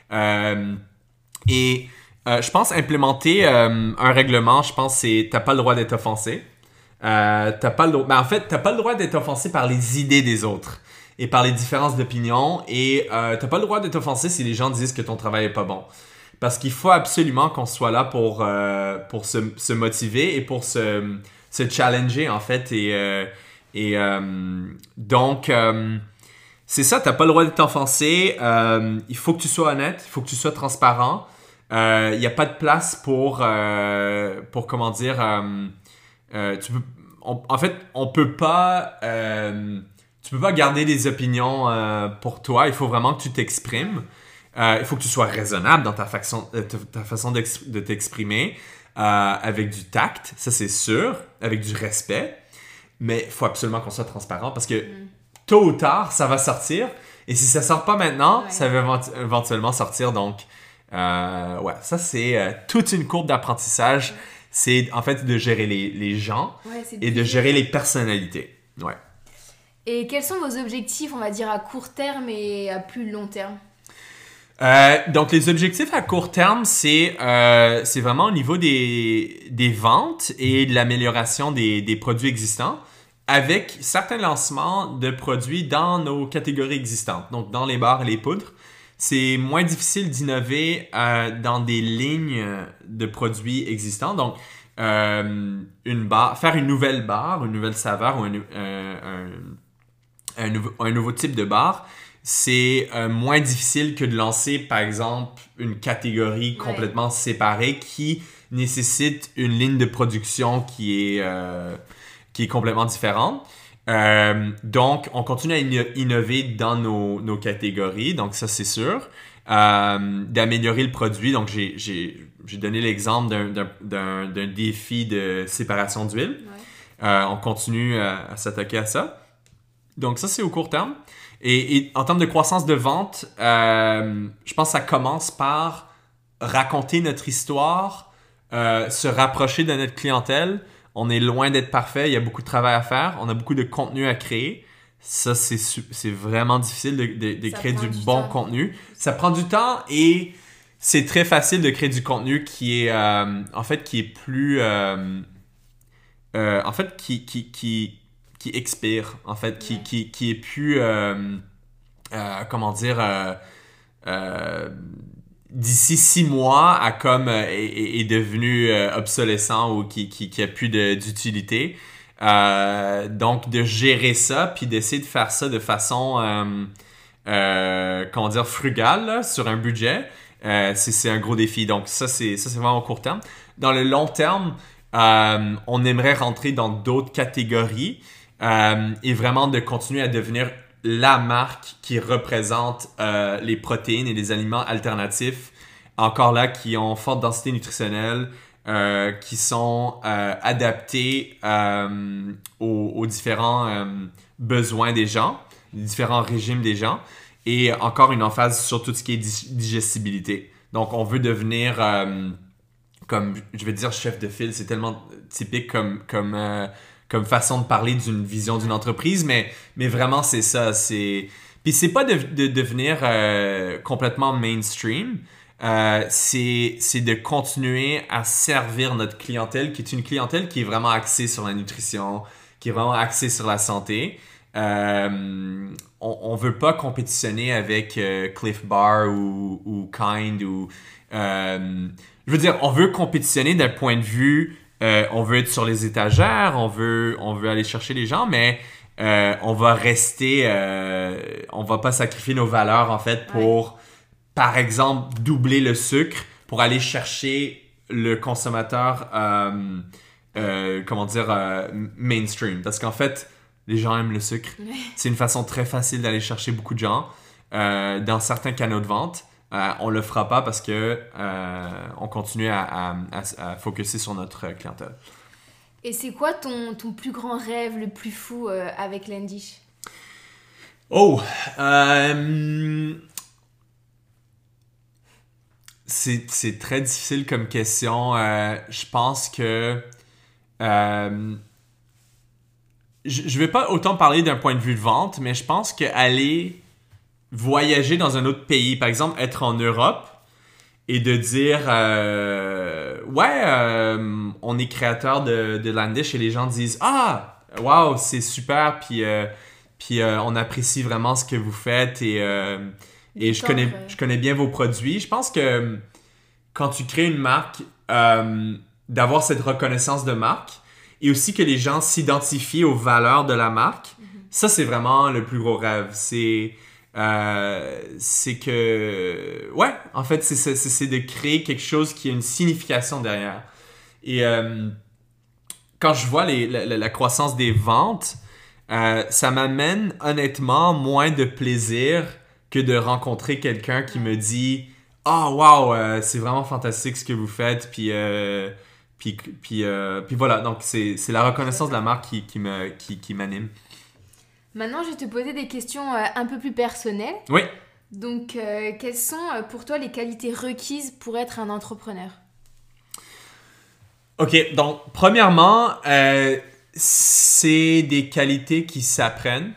Je pense implémenter un règlement, je pense c'est t'as pas le droit d'être offensé. T'as pas le droit, en fait, t'as pas le droit d'être offensé par les idées des autres et par les différences d'opinion. Et t'as pas le droit d'être offensé si les gens disent que ton travail est pas bon. Parce qu'il faut absolument qu'on soit là pour se motiver et pour se challenger, en fait. Donc, c'est ça, t'as pas le droit d'être offensé. Il faut que tu sois honnête, il faut que tu sois transparent. Il n'y a pas de place pour comment dire... on peut pas... tu peux pas garder des opinions pour toi. Il faut vraiment que tu t'exprimes. Il faut que tu sois raisonnable dans ta façon de t'exprimer, avec du tact, ça c'est sûr, avec du respect. Mais il faut absolument qu'on soit transparent parce que tôt ou tard, ça va sortir. Et si ça sort pas maintenant, ça va éventuellement sortir. Donc, ça c'est toute une courbe d'apprentissage. C'est en fait de gérer les gens et de gérer les personnalités. Ouais. Et quels sont vos objectifs, on va dire, à court terme et à plus long terme? Donc, les objectifs à court terme, c'est vraiment au niveau des ventes et de l'amélioration des produits existants avec certains lancements de produits dans nos catégories existantes. Donc, dans les bars et les poudres, c'est moins difficile d'innover dans des lignes de produits existants. Donc, faire une nouvelle barre, une nouvelle saveur ou un nouveau type de barre, c'est moins difficile que de lancer, par exemple, une catégorie complètement séparée qui nécessite une ligne de production qui est complètement différente. Donc, on continue à innover dans nos catégories, donc ça, c'est sûr. D'améliorer le produit, donc j'ai donné l'exemple d'un défi de séparation d'huile. On continue à s'attaquer à ça. Donc, ça, c'est au court terme. Et en termes de croissance de vente, je pense que ça commence par raconter notre histoire, se rapprocher de notre clientèle. On est loin d'être parfait, il y a beaucoup de travail à faire, on a beaucoup de contenu à créer. Ça, c'est vraiment difficile de créer du bon contenu. Ça prend du temps et c'est très facile de créer du contenu qui est plus... qui expire, en fait, qui est plus... d'ici 6 mois à comme est devenu obsolescent ou qui a plus d'utilité. Donc de gérer ça puis d'essayer de faire ça de façon frugale là, sur un budget, c'est un gros défi. Donc ça c'est vraiment au court terme. Dans le long terme, on aimerait rentrer dans d'autres catégories et vraiment de continuer à devenir la marque qui représente les protéines et les aliments alternatifs, encore là, qui ont forte densité nutritionnelle, qui sont adaptés aux différents besoins des gens, les différents régimes des gens, et encore une emphase sur tout ce qui est digestibilité. Donc, on veut devenir, comme je vais dire chef de file, c'est tellement typique comme façon de parler d'une vision d'une entreprise, mais vraiment, c'est ça. Puis c'est pas de devenir complètement mainstream, c'est de continuer à servir notre clientèle, qui est une clientèle qui est vraiment axée sur la nutrition, qui est vraiment axée sur la santé. On veut pas compétitionner avec Cliff Bar ou Kind ou... je veux dire, on veut compétitionner d'un point de vue... on veut être sur les étagères, on veut aller chercher les gens, mais on va rester... on va pas sacrifier nos valeurs, en fait, pour par exemple, doubler le sucre pour aller chercher le consommateur, mainstream. Parce qu'en fait, les gens aiment le sucre. C'est une façon très facile d'aller chercher beaucoup de gens. Dans certains canaux de vente, on le fera pas parce que on continue à focusser sur notre clientèle. Et c'est quoi ton plus grand rêve, le plus fou avec Landish? C'est très difficile comme question. Je pense que je vais pas autant parler d'un point de vue de vente, mais je pense qu'aller voyager dans un autre pays, par exemple être en Europe et de dire on est créateur de Landish et les gens disent wow, c'est super, puis on apprécie vraiment ce que vous faites et je connais bien vos produits. Je pense que quand tu crées une marque, d'avoir cette reconnaissance de marque et aussi que les gens s'identifient aux valeurs de la marque, ça c'est vraiment le plus gros rêve. C'est que en fait c'est de créer quelque chose qui a une signification derrière. Et quand je vois la croissance des ventes, ça m'amène honnêtement moins de plaisir que de rencontrer quelqu'un qui me dit c'est vraiment fantastique ce que vous faites, puis voilà. Donc c'est la reconnaissance de la marque qui m'anime. Maintenant, je vais te poser des questions un peu plus personnelles. Oui. Donc, quelles sont pour toi les qualités requises pour être un entrepreneur? OK, donc premièrement, c'est des qualités qui s'apprennent.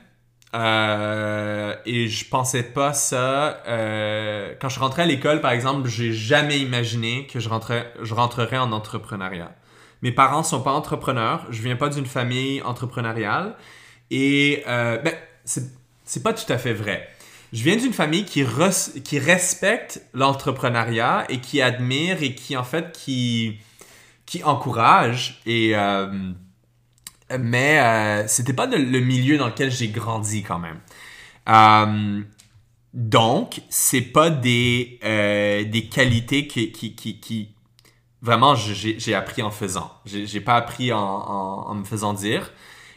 Et je pensais pas ça. Quand je rentrais à l'école, par exemple, j'ai jamais imaginé que je rentrerais en entrepreneuriat. Mes parents sont pas entrepreneurs. Je viens pas d'une famille entrepreneuriale. Et c'est pas tout à fait vrai. Je viens d'une famille qui respecte l'entrepreneuriat et qui admire et qui en fait qui encourage. Mais c'était pas le milieu dans lequel j'ai grandi quand même. Donc c'est pas des qualités qui vraiment j'ai appris en faisant. J'ai pas appris en me faisant dire.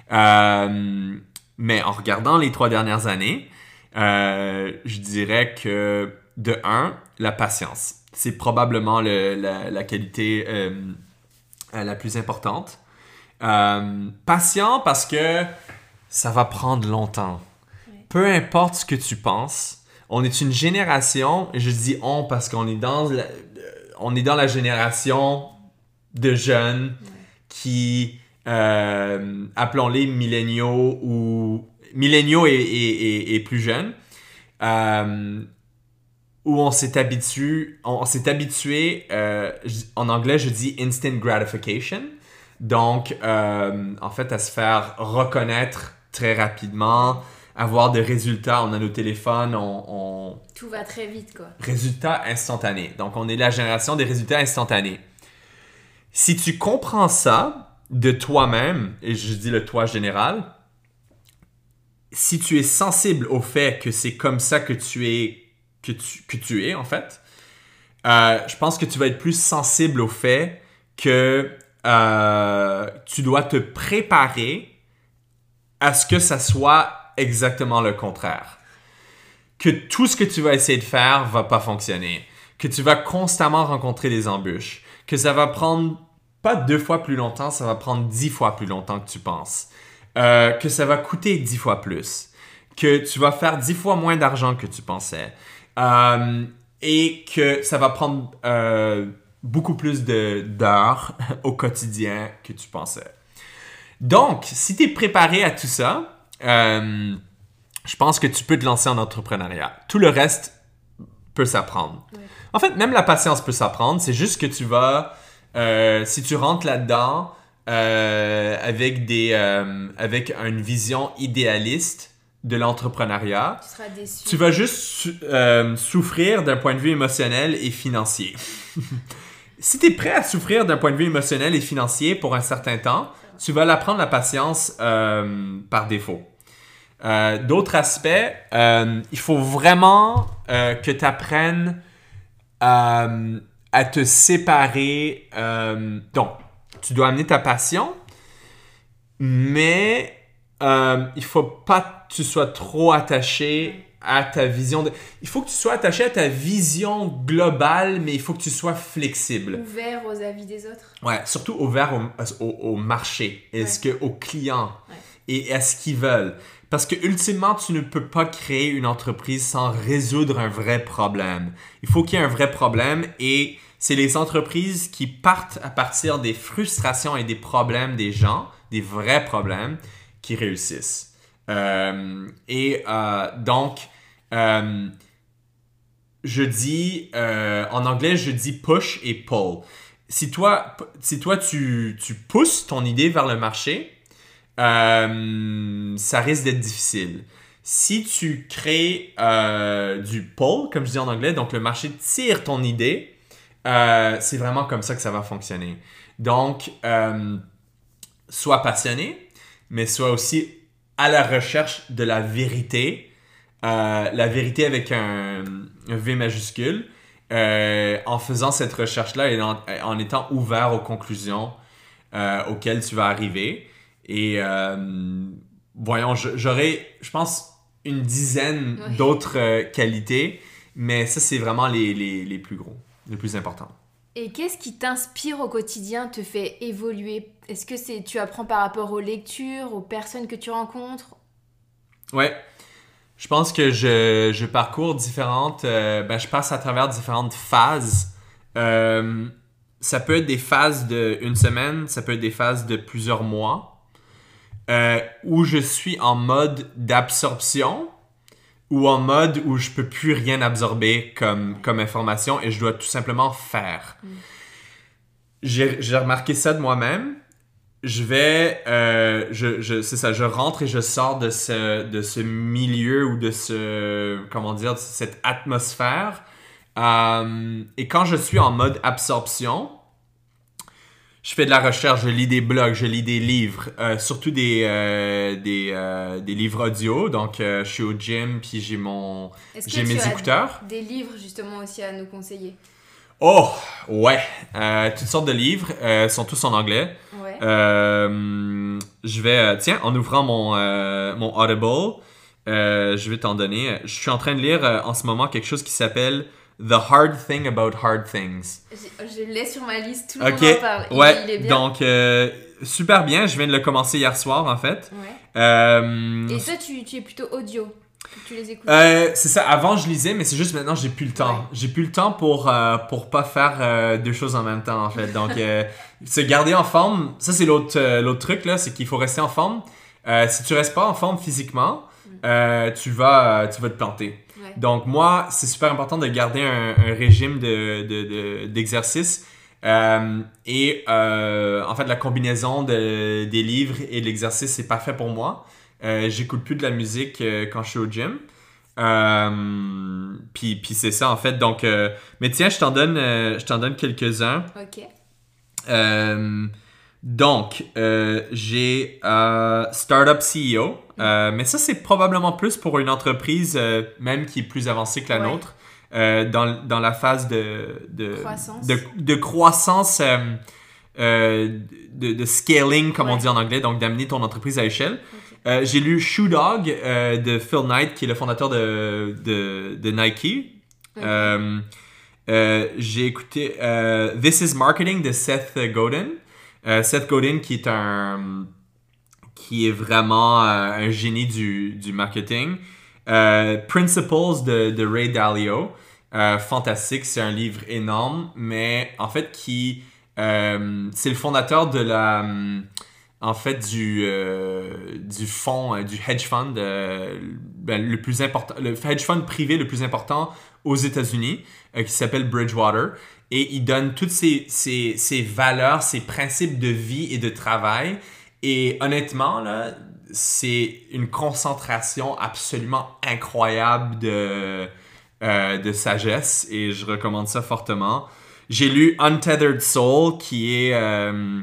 Mais en regardant les 3 dernières années, je dirais que de 1, la patience. C'est probablement la qualité la plus importante. Patient parce que ça va prendre longtemps. Ouais. Peu importe ce que tu penses, on est une génération, et je dis on parce qu'on est dans la génération de jeunes qui appelons-les milléniaux et plus jeunes, où on s'est habitué, en anglais je dis instant gratification, donc en fait à se faire reconnaître très rapidement, avoir des résultats, on a nos téléphones, tout va très vite quoi. Résultats instantanés, donc on est la génération des résultats instantanés. Si tu comprends ça de toi-même, et je dis le toi général, si tu es sensible au fait que c'est comme ça que tu es en fait, je pense que tu vas être plus sensible au fait que tu dois te préparer à ce que ça soit exactement le contraire. Que tout ce que tu vas essayer de faire va pas fonctionner. Que tu vas constamment rencontrer des embûches. Que ça va prendre pas 2 fois plus longtemps, ça va prendre 10 fois plus longtemps que tu penses. Que ça va coûter 10 fois plus. Que tu vas faire 10 fois moins d'argent que tu pensais. Et que ça va prendre beaucoup plus d'heures au quotidien que tu pensais. Donc, si tu es préparé à tout ça, je pense que tu peux te lancer en entrepreneuriat. Tout le reste peut s'apprendre. Ouais. En fait, même la patience peut s'apprendre. C'est juste que tu vas... si tu rentres là-dedans avec une vision idéaliste de l'entrepreneuriat, tu seras déçu. Tu vas juste souffrir d'un point de vue émotionnel et financier. Si tu es prêt à souffrir d'un point de vue émotionnel et financier pour un certain temps, tu vas l'apprendre la patience par défaut. D'autres aspects, il faut vraiment que tu apprennes à te séparer. Donc, tu dois amener ta passion, mais il faut pas que tu sois trop attaché à ta vision. Il faut que tu sois attaché à ta vision globale, mais il faut que tu sois flexible. Ouvert aux avis des autres. Ouais, surtout ouvert au marché, aux clients et à ce qu'ils veulent. Parce que ultimement, tu ne peux pas créer une entreprise sans résoudre un vrai problème. Il faut qu'il y ait un vrai problème et c'est les entreprises qui partent à partir des frustrations et des problèmes des gens, des vrais problèmes, qui réussissent. Donc, je dis, en anglais, je dis push et pull. Si toi tu pousses ton idée vers le marché, ça risque d'être difficile. Si tu crées du pull, comme je dis en anglais, donc le marché tire ton idée, c'est vraiment comme ça que ça va fonctionner. Donc, sois passionné, mais sois aussi à la recherche de la vérité avec un V majuscule, en faisant cette recherche-là et en étant ouvert aux conclusions auxquelles tu vas arriver. Et voyons, j'aurais, je pense, une dizaine d'autres qualités, mais ça, c'est vraiment les plus gros, les plus importants. Et qu'est-ce qui t'inspire au quotidien, te fait évoluer? Est-ce que tu apprends par rapport aux lectures, aux personnes que tu rencontres? Ouais, je pense que je parcours je passe à travers différentes phases. Ça peut être des phases d'une semaine, ça peut être des phases de plusieurs mois, où je suis en mode d'absorption ou en mode où je peux plus rien absorber comme information et je dois tout simplement faire. J'ai remarqué ça de moi-même. C'est ça, je rentre et je sors de ce milieu ou de cette atmosphère. Et quand je suis en mode absorption, je fais de la recherche, je lis des blogs, je lis des livres, surtout des livres audio. Donc, je suis au gym, puis j'ai mes écouteurs. Des livres, justement, aussi à nous conseiller? Oh, ouais. Toutes sortes de livres, sont tous en anglais. Ouais. Je vais, en ouvrant mon Audible, je vais t'en donner. Je suis en train de lire en ce moment quelque chose qui s'appelle The Hard Thing About Hard Things. Je l'ai sur ma liste, tout le monde en parle. Ouais, il est bien. Donc, super bien. Je viens de le commencer hier soir, en fait. Ouais. Et toi, tu es plutôt audio? Tu les écoutes? C'est ça. Avant, je lisais, mais c'est juste maintenant, j'ai plus le temps. Ouais. J'ai plus le temps pour pas faire deux choses en même temps, en fait. Donc, se garder en forme, ça, c'est l'autre truc, là, c'est qu'il faut rester en forme. Si tu restes pas en forme physiquement, tu vas te planter. Ouais. Donc, moi, c'est super important de garder un régime d'exercice. En fait, la combinaison des livres et de l'exercice, c'est parfait pour moi. J'écoute plus de la musique quand je suis au gym. Puis c'est ça, en fait. Donc, mais tiens, je t'en donne quelques-uns. OK. Donc, j'ai Startup CEO. Mais ça, c'est probablement plus pour une entreprise même qui est plus avancée que la nôtre. Dans la phase de croissance, de scaling, comme on dit en anglais, donc d'amener ton entreprise à échelle. Okay. J'ai lu Shoe Dog de Phil Knight, qui est le fondateur de Nike. Okay. J'ai écouté This is Marketing de Seth Godin. Seth Godin qui est vraiment un génie du marketing. Principles de Ray Dalio. Fantastique, c'est un livre énorme, mais en fait c'est le fondateur de du fonds, du hedge fund le plus important, le hedge fund privé le plus important aux États-Unis, qui s'appelle Bridgewater, et il donne toutes ces valeurs, ces principes de vie et de travail, et honnêtement là, c'est une concentration absolument incroyable de sagesse, et je recommande ça fortement. J'ai lu Untethered Soul, qui est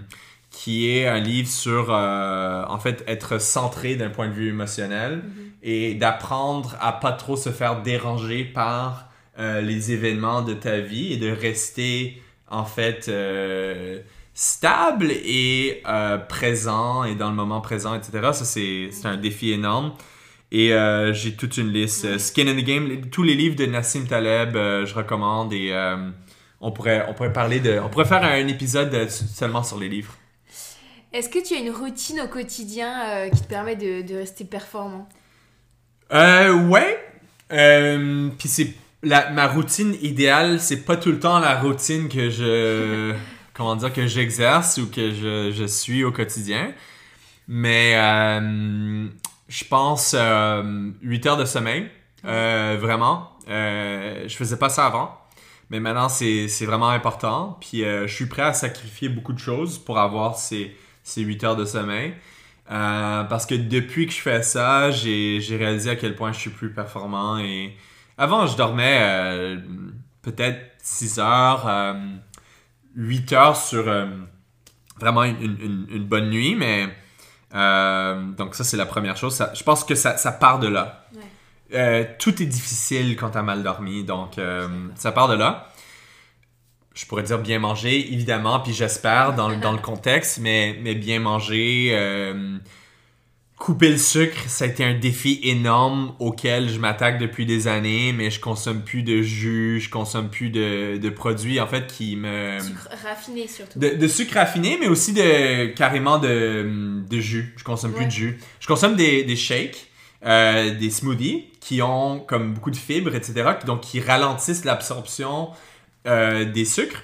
qui est un livre sur, en fait, être centré d'un point de vue émotionnel et d'apprendre à pas trop se faire déranger par les événements de ta vie et de rester, en fait, stable et présent et dans le moment présent, etc. Ça, c'est un défi énorme. Et j'ai toute une liste. Skin in the Game, tous les livres de Nassim Taleb, je recommande. Et on pourrait faire un épisode seulement sur les livres. Est-ce que tu as une routine au quotidien qui te permet de rester performant? Ouais. Puis ma routine idéale, c'est pas tout le temps la routine que que j'exerce ou que je suis au quotidien. Mais je pense 8 heures de sommeil, vraiment. Je faisais pas ça avant, mais maintenant c'est vraiment important. Puis je suis prêt à sacrifier beaucoup de choses pour avoir ces 8 heures de sommeil. Parce que depuis que je fais ça, j'ai réalisé à quel point je suis plus performant. Et avant, je dormais peut-être 6 heures, 8 heures sur vraiment une bonne nuit, mais donc ça c'est la première chose. Je pense que ça part de là. Ouais. Tout est difficile quand t'as mal dormi, donc ça part de là. Je pourrais dire bien manger, évidemment, puis j'espère dans le contexte, mais bien manger, couper le sucre, ça a été un défi énorme auquel je m'attaque depuis des années, mais je consomme plus de jus, je consomme plus de produits, en fait, qui me... Sucre raffiné, surtout. De sucre raffiné, mais aussi carrément de jus. Je consomme plus de jus. Je consomme des shakes, des smoothies, qui ont comme beaucoup de fibres, etc., donc qui ralentissent l'absorption des sucres.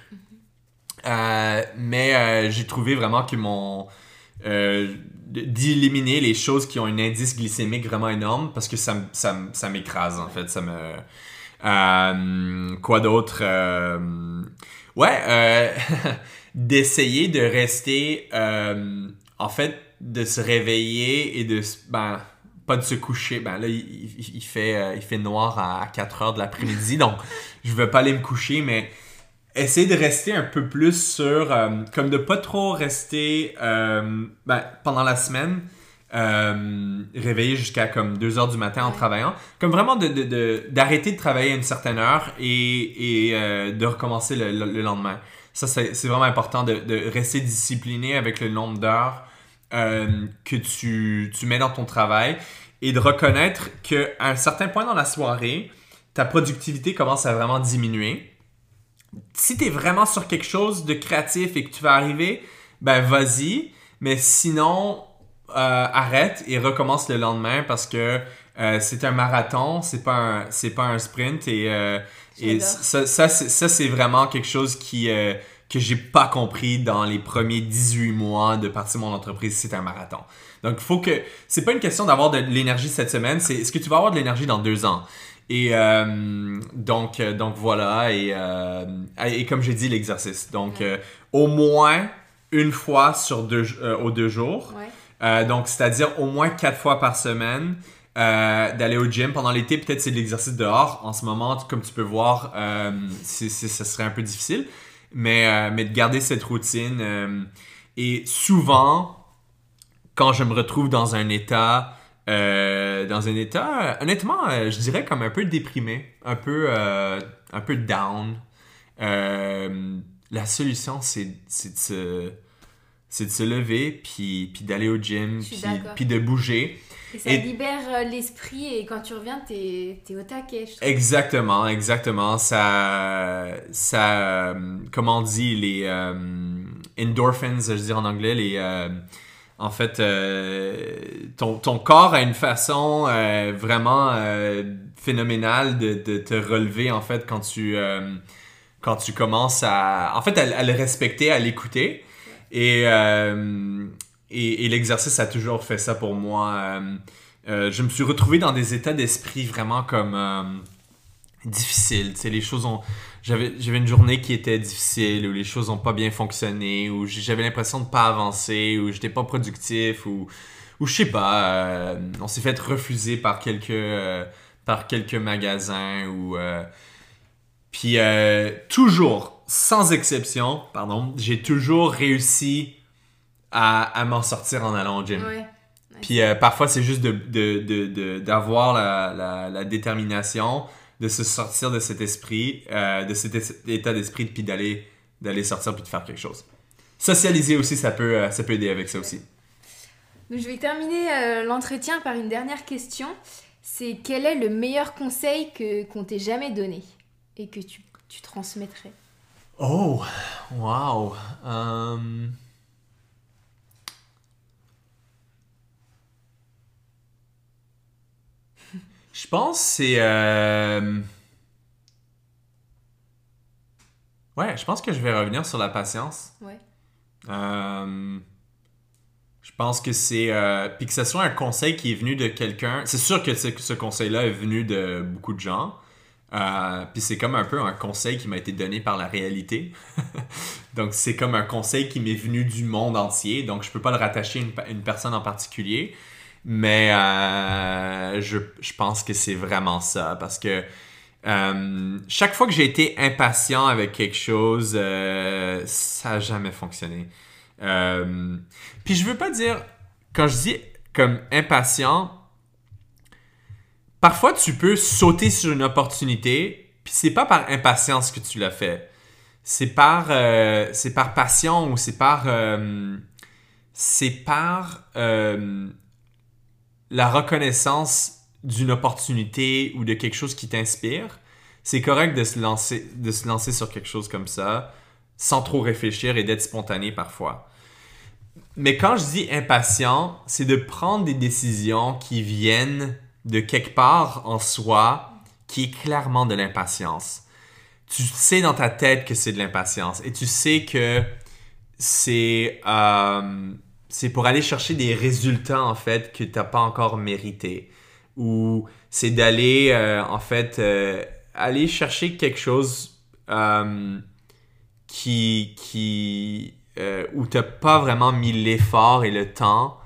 Mais j'ai trouvé vraiment que d'éliminer les choses qui ont un indice glycémique vraiment énorme parce que ça m'écrase en fait, quoi d'autre, d'essayer de rester en fait de se réveiller et pas de se coucher. Là il fait noir à 4 heures de l'après-midi, donc je veux pas aller me coucher, mais essayer de rester un peu plus sur... comme de pas trop rester pendant la semaine réveillé jusqu'à comme 2 heures du matin en travaillant. Comme vraiment d'arrêter de travailler à une certaine heure et de recommencer le lendemain. Ça, c'est vraiment important de rester discipliné avec le nombre d'heures que tu mets dans ton travail et de reconnaître qu'à un certain point dans la soirée, ta productivité commence à vraiment diminuer. Si t'es vraiment sur quelque chose de créatif et que tu vas arriver, vas-y. Mais sinon, arrête et recommence le lendemain parce que c'est un marathon, c'est pas un sprint. Et ça c'est vraiment quelque chose que j'ai pas compris dans les premiers 18 mois de partir mon entreprise. C'est un marathon. Donc, c'est pas une question d'avoir de l'énergie cette semaine, c'est est-ce que tu vas avoir de l'énergie dans 2 ans? Et donc voilà, et comme j'ai dit, l'exercice. Donc, au moins une fois aux 2 jours. Ouais. Donc, c'est-à-dire au moins 4 fois par semaine d'aller au gym. Pendant l'été, peut-être c'est de l'exercice dehors. En ce moment, comme tu peux voir, ça serait un peu difficile. Mais de garder cette routine. Et souvent, quand je me retrouve dans un état... honnêtement, je dirais comme un peu déprimé, un peu down. La solution, c'est de se lever, puis d'aller au gym, puis de bouger. Et ça libère l'esprit et quand tu reviens, t'es au taquet. Je trouve. Exactement. Ça comment on dit, les endorphins, je dirais en anglais, en fait, ton corps a une façon vraiment phénoménale de te relever, en fait, quand tu commences à le respecter, à l'écouter. Et l'exercice a toujours fait ça pour moi. Je me suis retrouvé dans des états d'esprit vraiment comme difficiles. Tu sais, les choses ont... J'avais une journée qui était difficile, où les choses n'ont pas bien fonctionné, où j'avais l'impression de pas avancer, où j'étais pas productif, ou je sais pas, on s'est fait refuser par quelques magasins, puis toujours, sans exception, j'ai toujours réussi à m'en sortir en allant au gym. Ouais. Puis parfois, c'est juste d'avoir la détermination de se sortir de cet esprit, de cet état d'esprit, puis d'aller sortir puis de faire quelque chose. Socialiser aussi, ça peut aider avec ça aussi. Donc, je vais terminer l'entretien par une dernière question. C'est quel est le meilleur conseil qu'on t'ait jamais donné et que tu transmettrais? Oh, wow. Je pense que c'est... Ouais, je pense que je vais revenir sur la patience. Ouais. Je pense que c'est... puis que ce soit un conseil qui est venu de quelqu'un... C'est sûr que ce conseil-là est venu de beaucoup de gens. Puis c'est comme un peu un conseil qui m'a été donné par la réalité. Donc c'est comme un conseil qui m'est venu du monde entier. Donc je peux pas le rattacher à une personne en particulier. Mais je pense que c'est vraiment ça. Parce que chaque fois que j'ai été impatient avec quelque chose, ça n'a jamais fonctionné. Puis je veux pas dire... Quand je dis comme impatient... Parfois, tu peux sauter sur une opportunité, puis c'est pas par impatience que tu l'as fait. C'est par passion ou c'est par la reconnaissance d'une opportunité ou de quelque chose qui t'inspire. C'est correct de se lancer sur quelque chose comme ça, sans trop réfléchir et d'être spontané parfois. Mais quand je dis impatient, c'est de prendre des décisions qui viennent de quelque part en soi qui est clairement de l'impatience. Tu sais dans ta tête que c'est de l'impatience et tu sais que c'est pour aller chercher des résultats en fait que tu n'as pas encore mérité. Ou c'est d'aller aller chercher quelque chose où tu n'as pas vraiment mis l'effort et le temps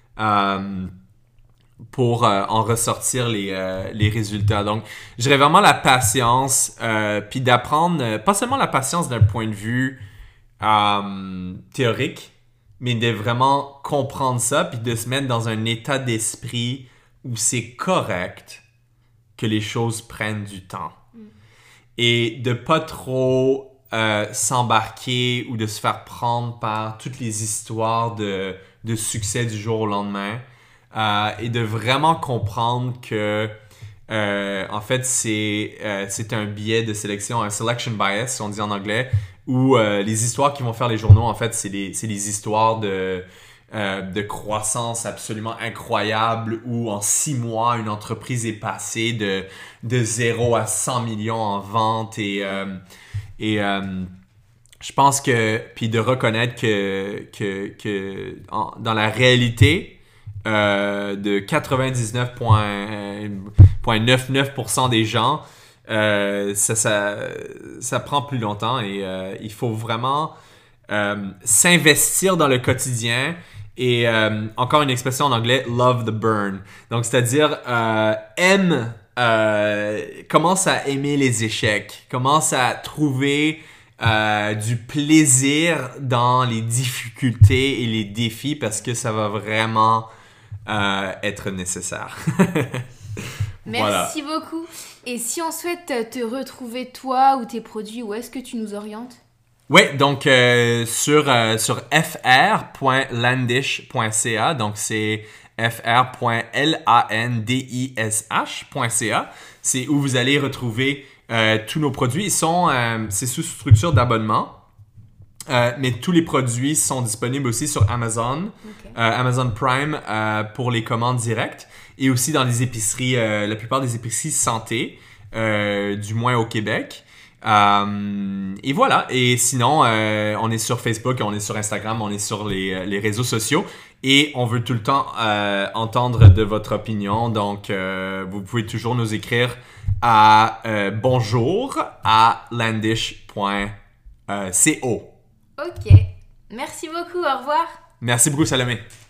pour en ressortir les résultats. Donc, je dirais vraiment la patience, puis d'apprendre, pas seulement la patience d'un point de vue théorique, mais de vraiment comprendre ça, puis de se mettre dans un état d'esprit où c'est correct que les choses prennent du temps. Et de pas trop s'embarquer ou de se faire prendre par toutes les histoires de succès du jour au lendemain. Et de vraiment comprendre que en fait c'est un biais de sélection, un selection bias on dit en anglais, où les histoires qui vont faire les journaux en fait c'est les histoires de croissance absolument incroyable où en 6 mois une entreprise est passée de 0 à 100 millions en vente et je pense que puis de reconnaître que dans la réalité de 99,99% des gens, ça prend plus longtemps et il faut vraiment s'investir dans le quotidien et encore une expression en anglais, love the burn. Donc, c'est-à-dire commence à aimer les échecs, commence à trouver du plaisir dans les difficultés et les défis parce que ça va vraiment être nécessaire. Merci beaucoup. Et si on souhaite te retrouver toi ou tes produits, où est-ce que tu nous orientes? Oui, donc sur fr.landish.ca, donc c'est fr.landish.ca, c'est où vous allez retrouver tous nos produits. C'est sous structure d'abonnement. Mais tous les produits sont disponibles aussi sur Amazon, Amazon Prime pour les commandes directes et aussi dans les épiceries, la plupart des épiceries santé, du moins au Québec. Et voilà. Et sinon, on est sur Facebook, on est sur Instagram, on est sur les réseaux sociaux et on veut tout le temps entendre de votre opinion. Donc, vous pouvez toujours nous écrire à bonjour@landish.co. Ok. Merci beaucoup. Au revoir. Merci beaucoup, Salomé.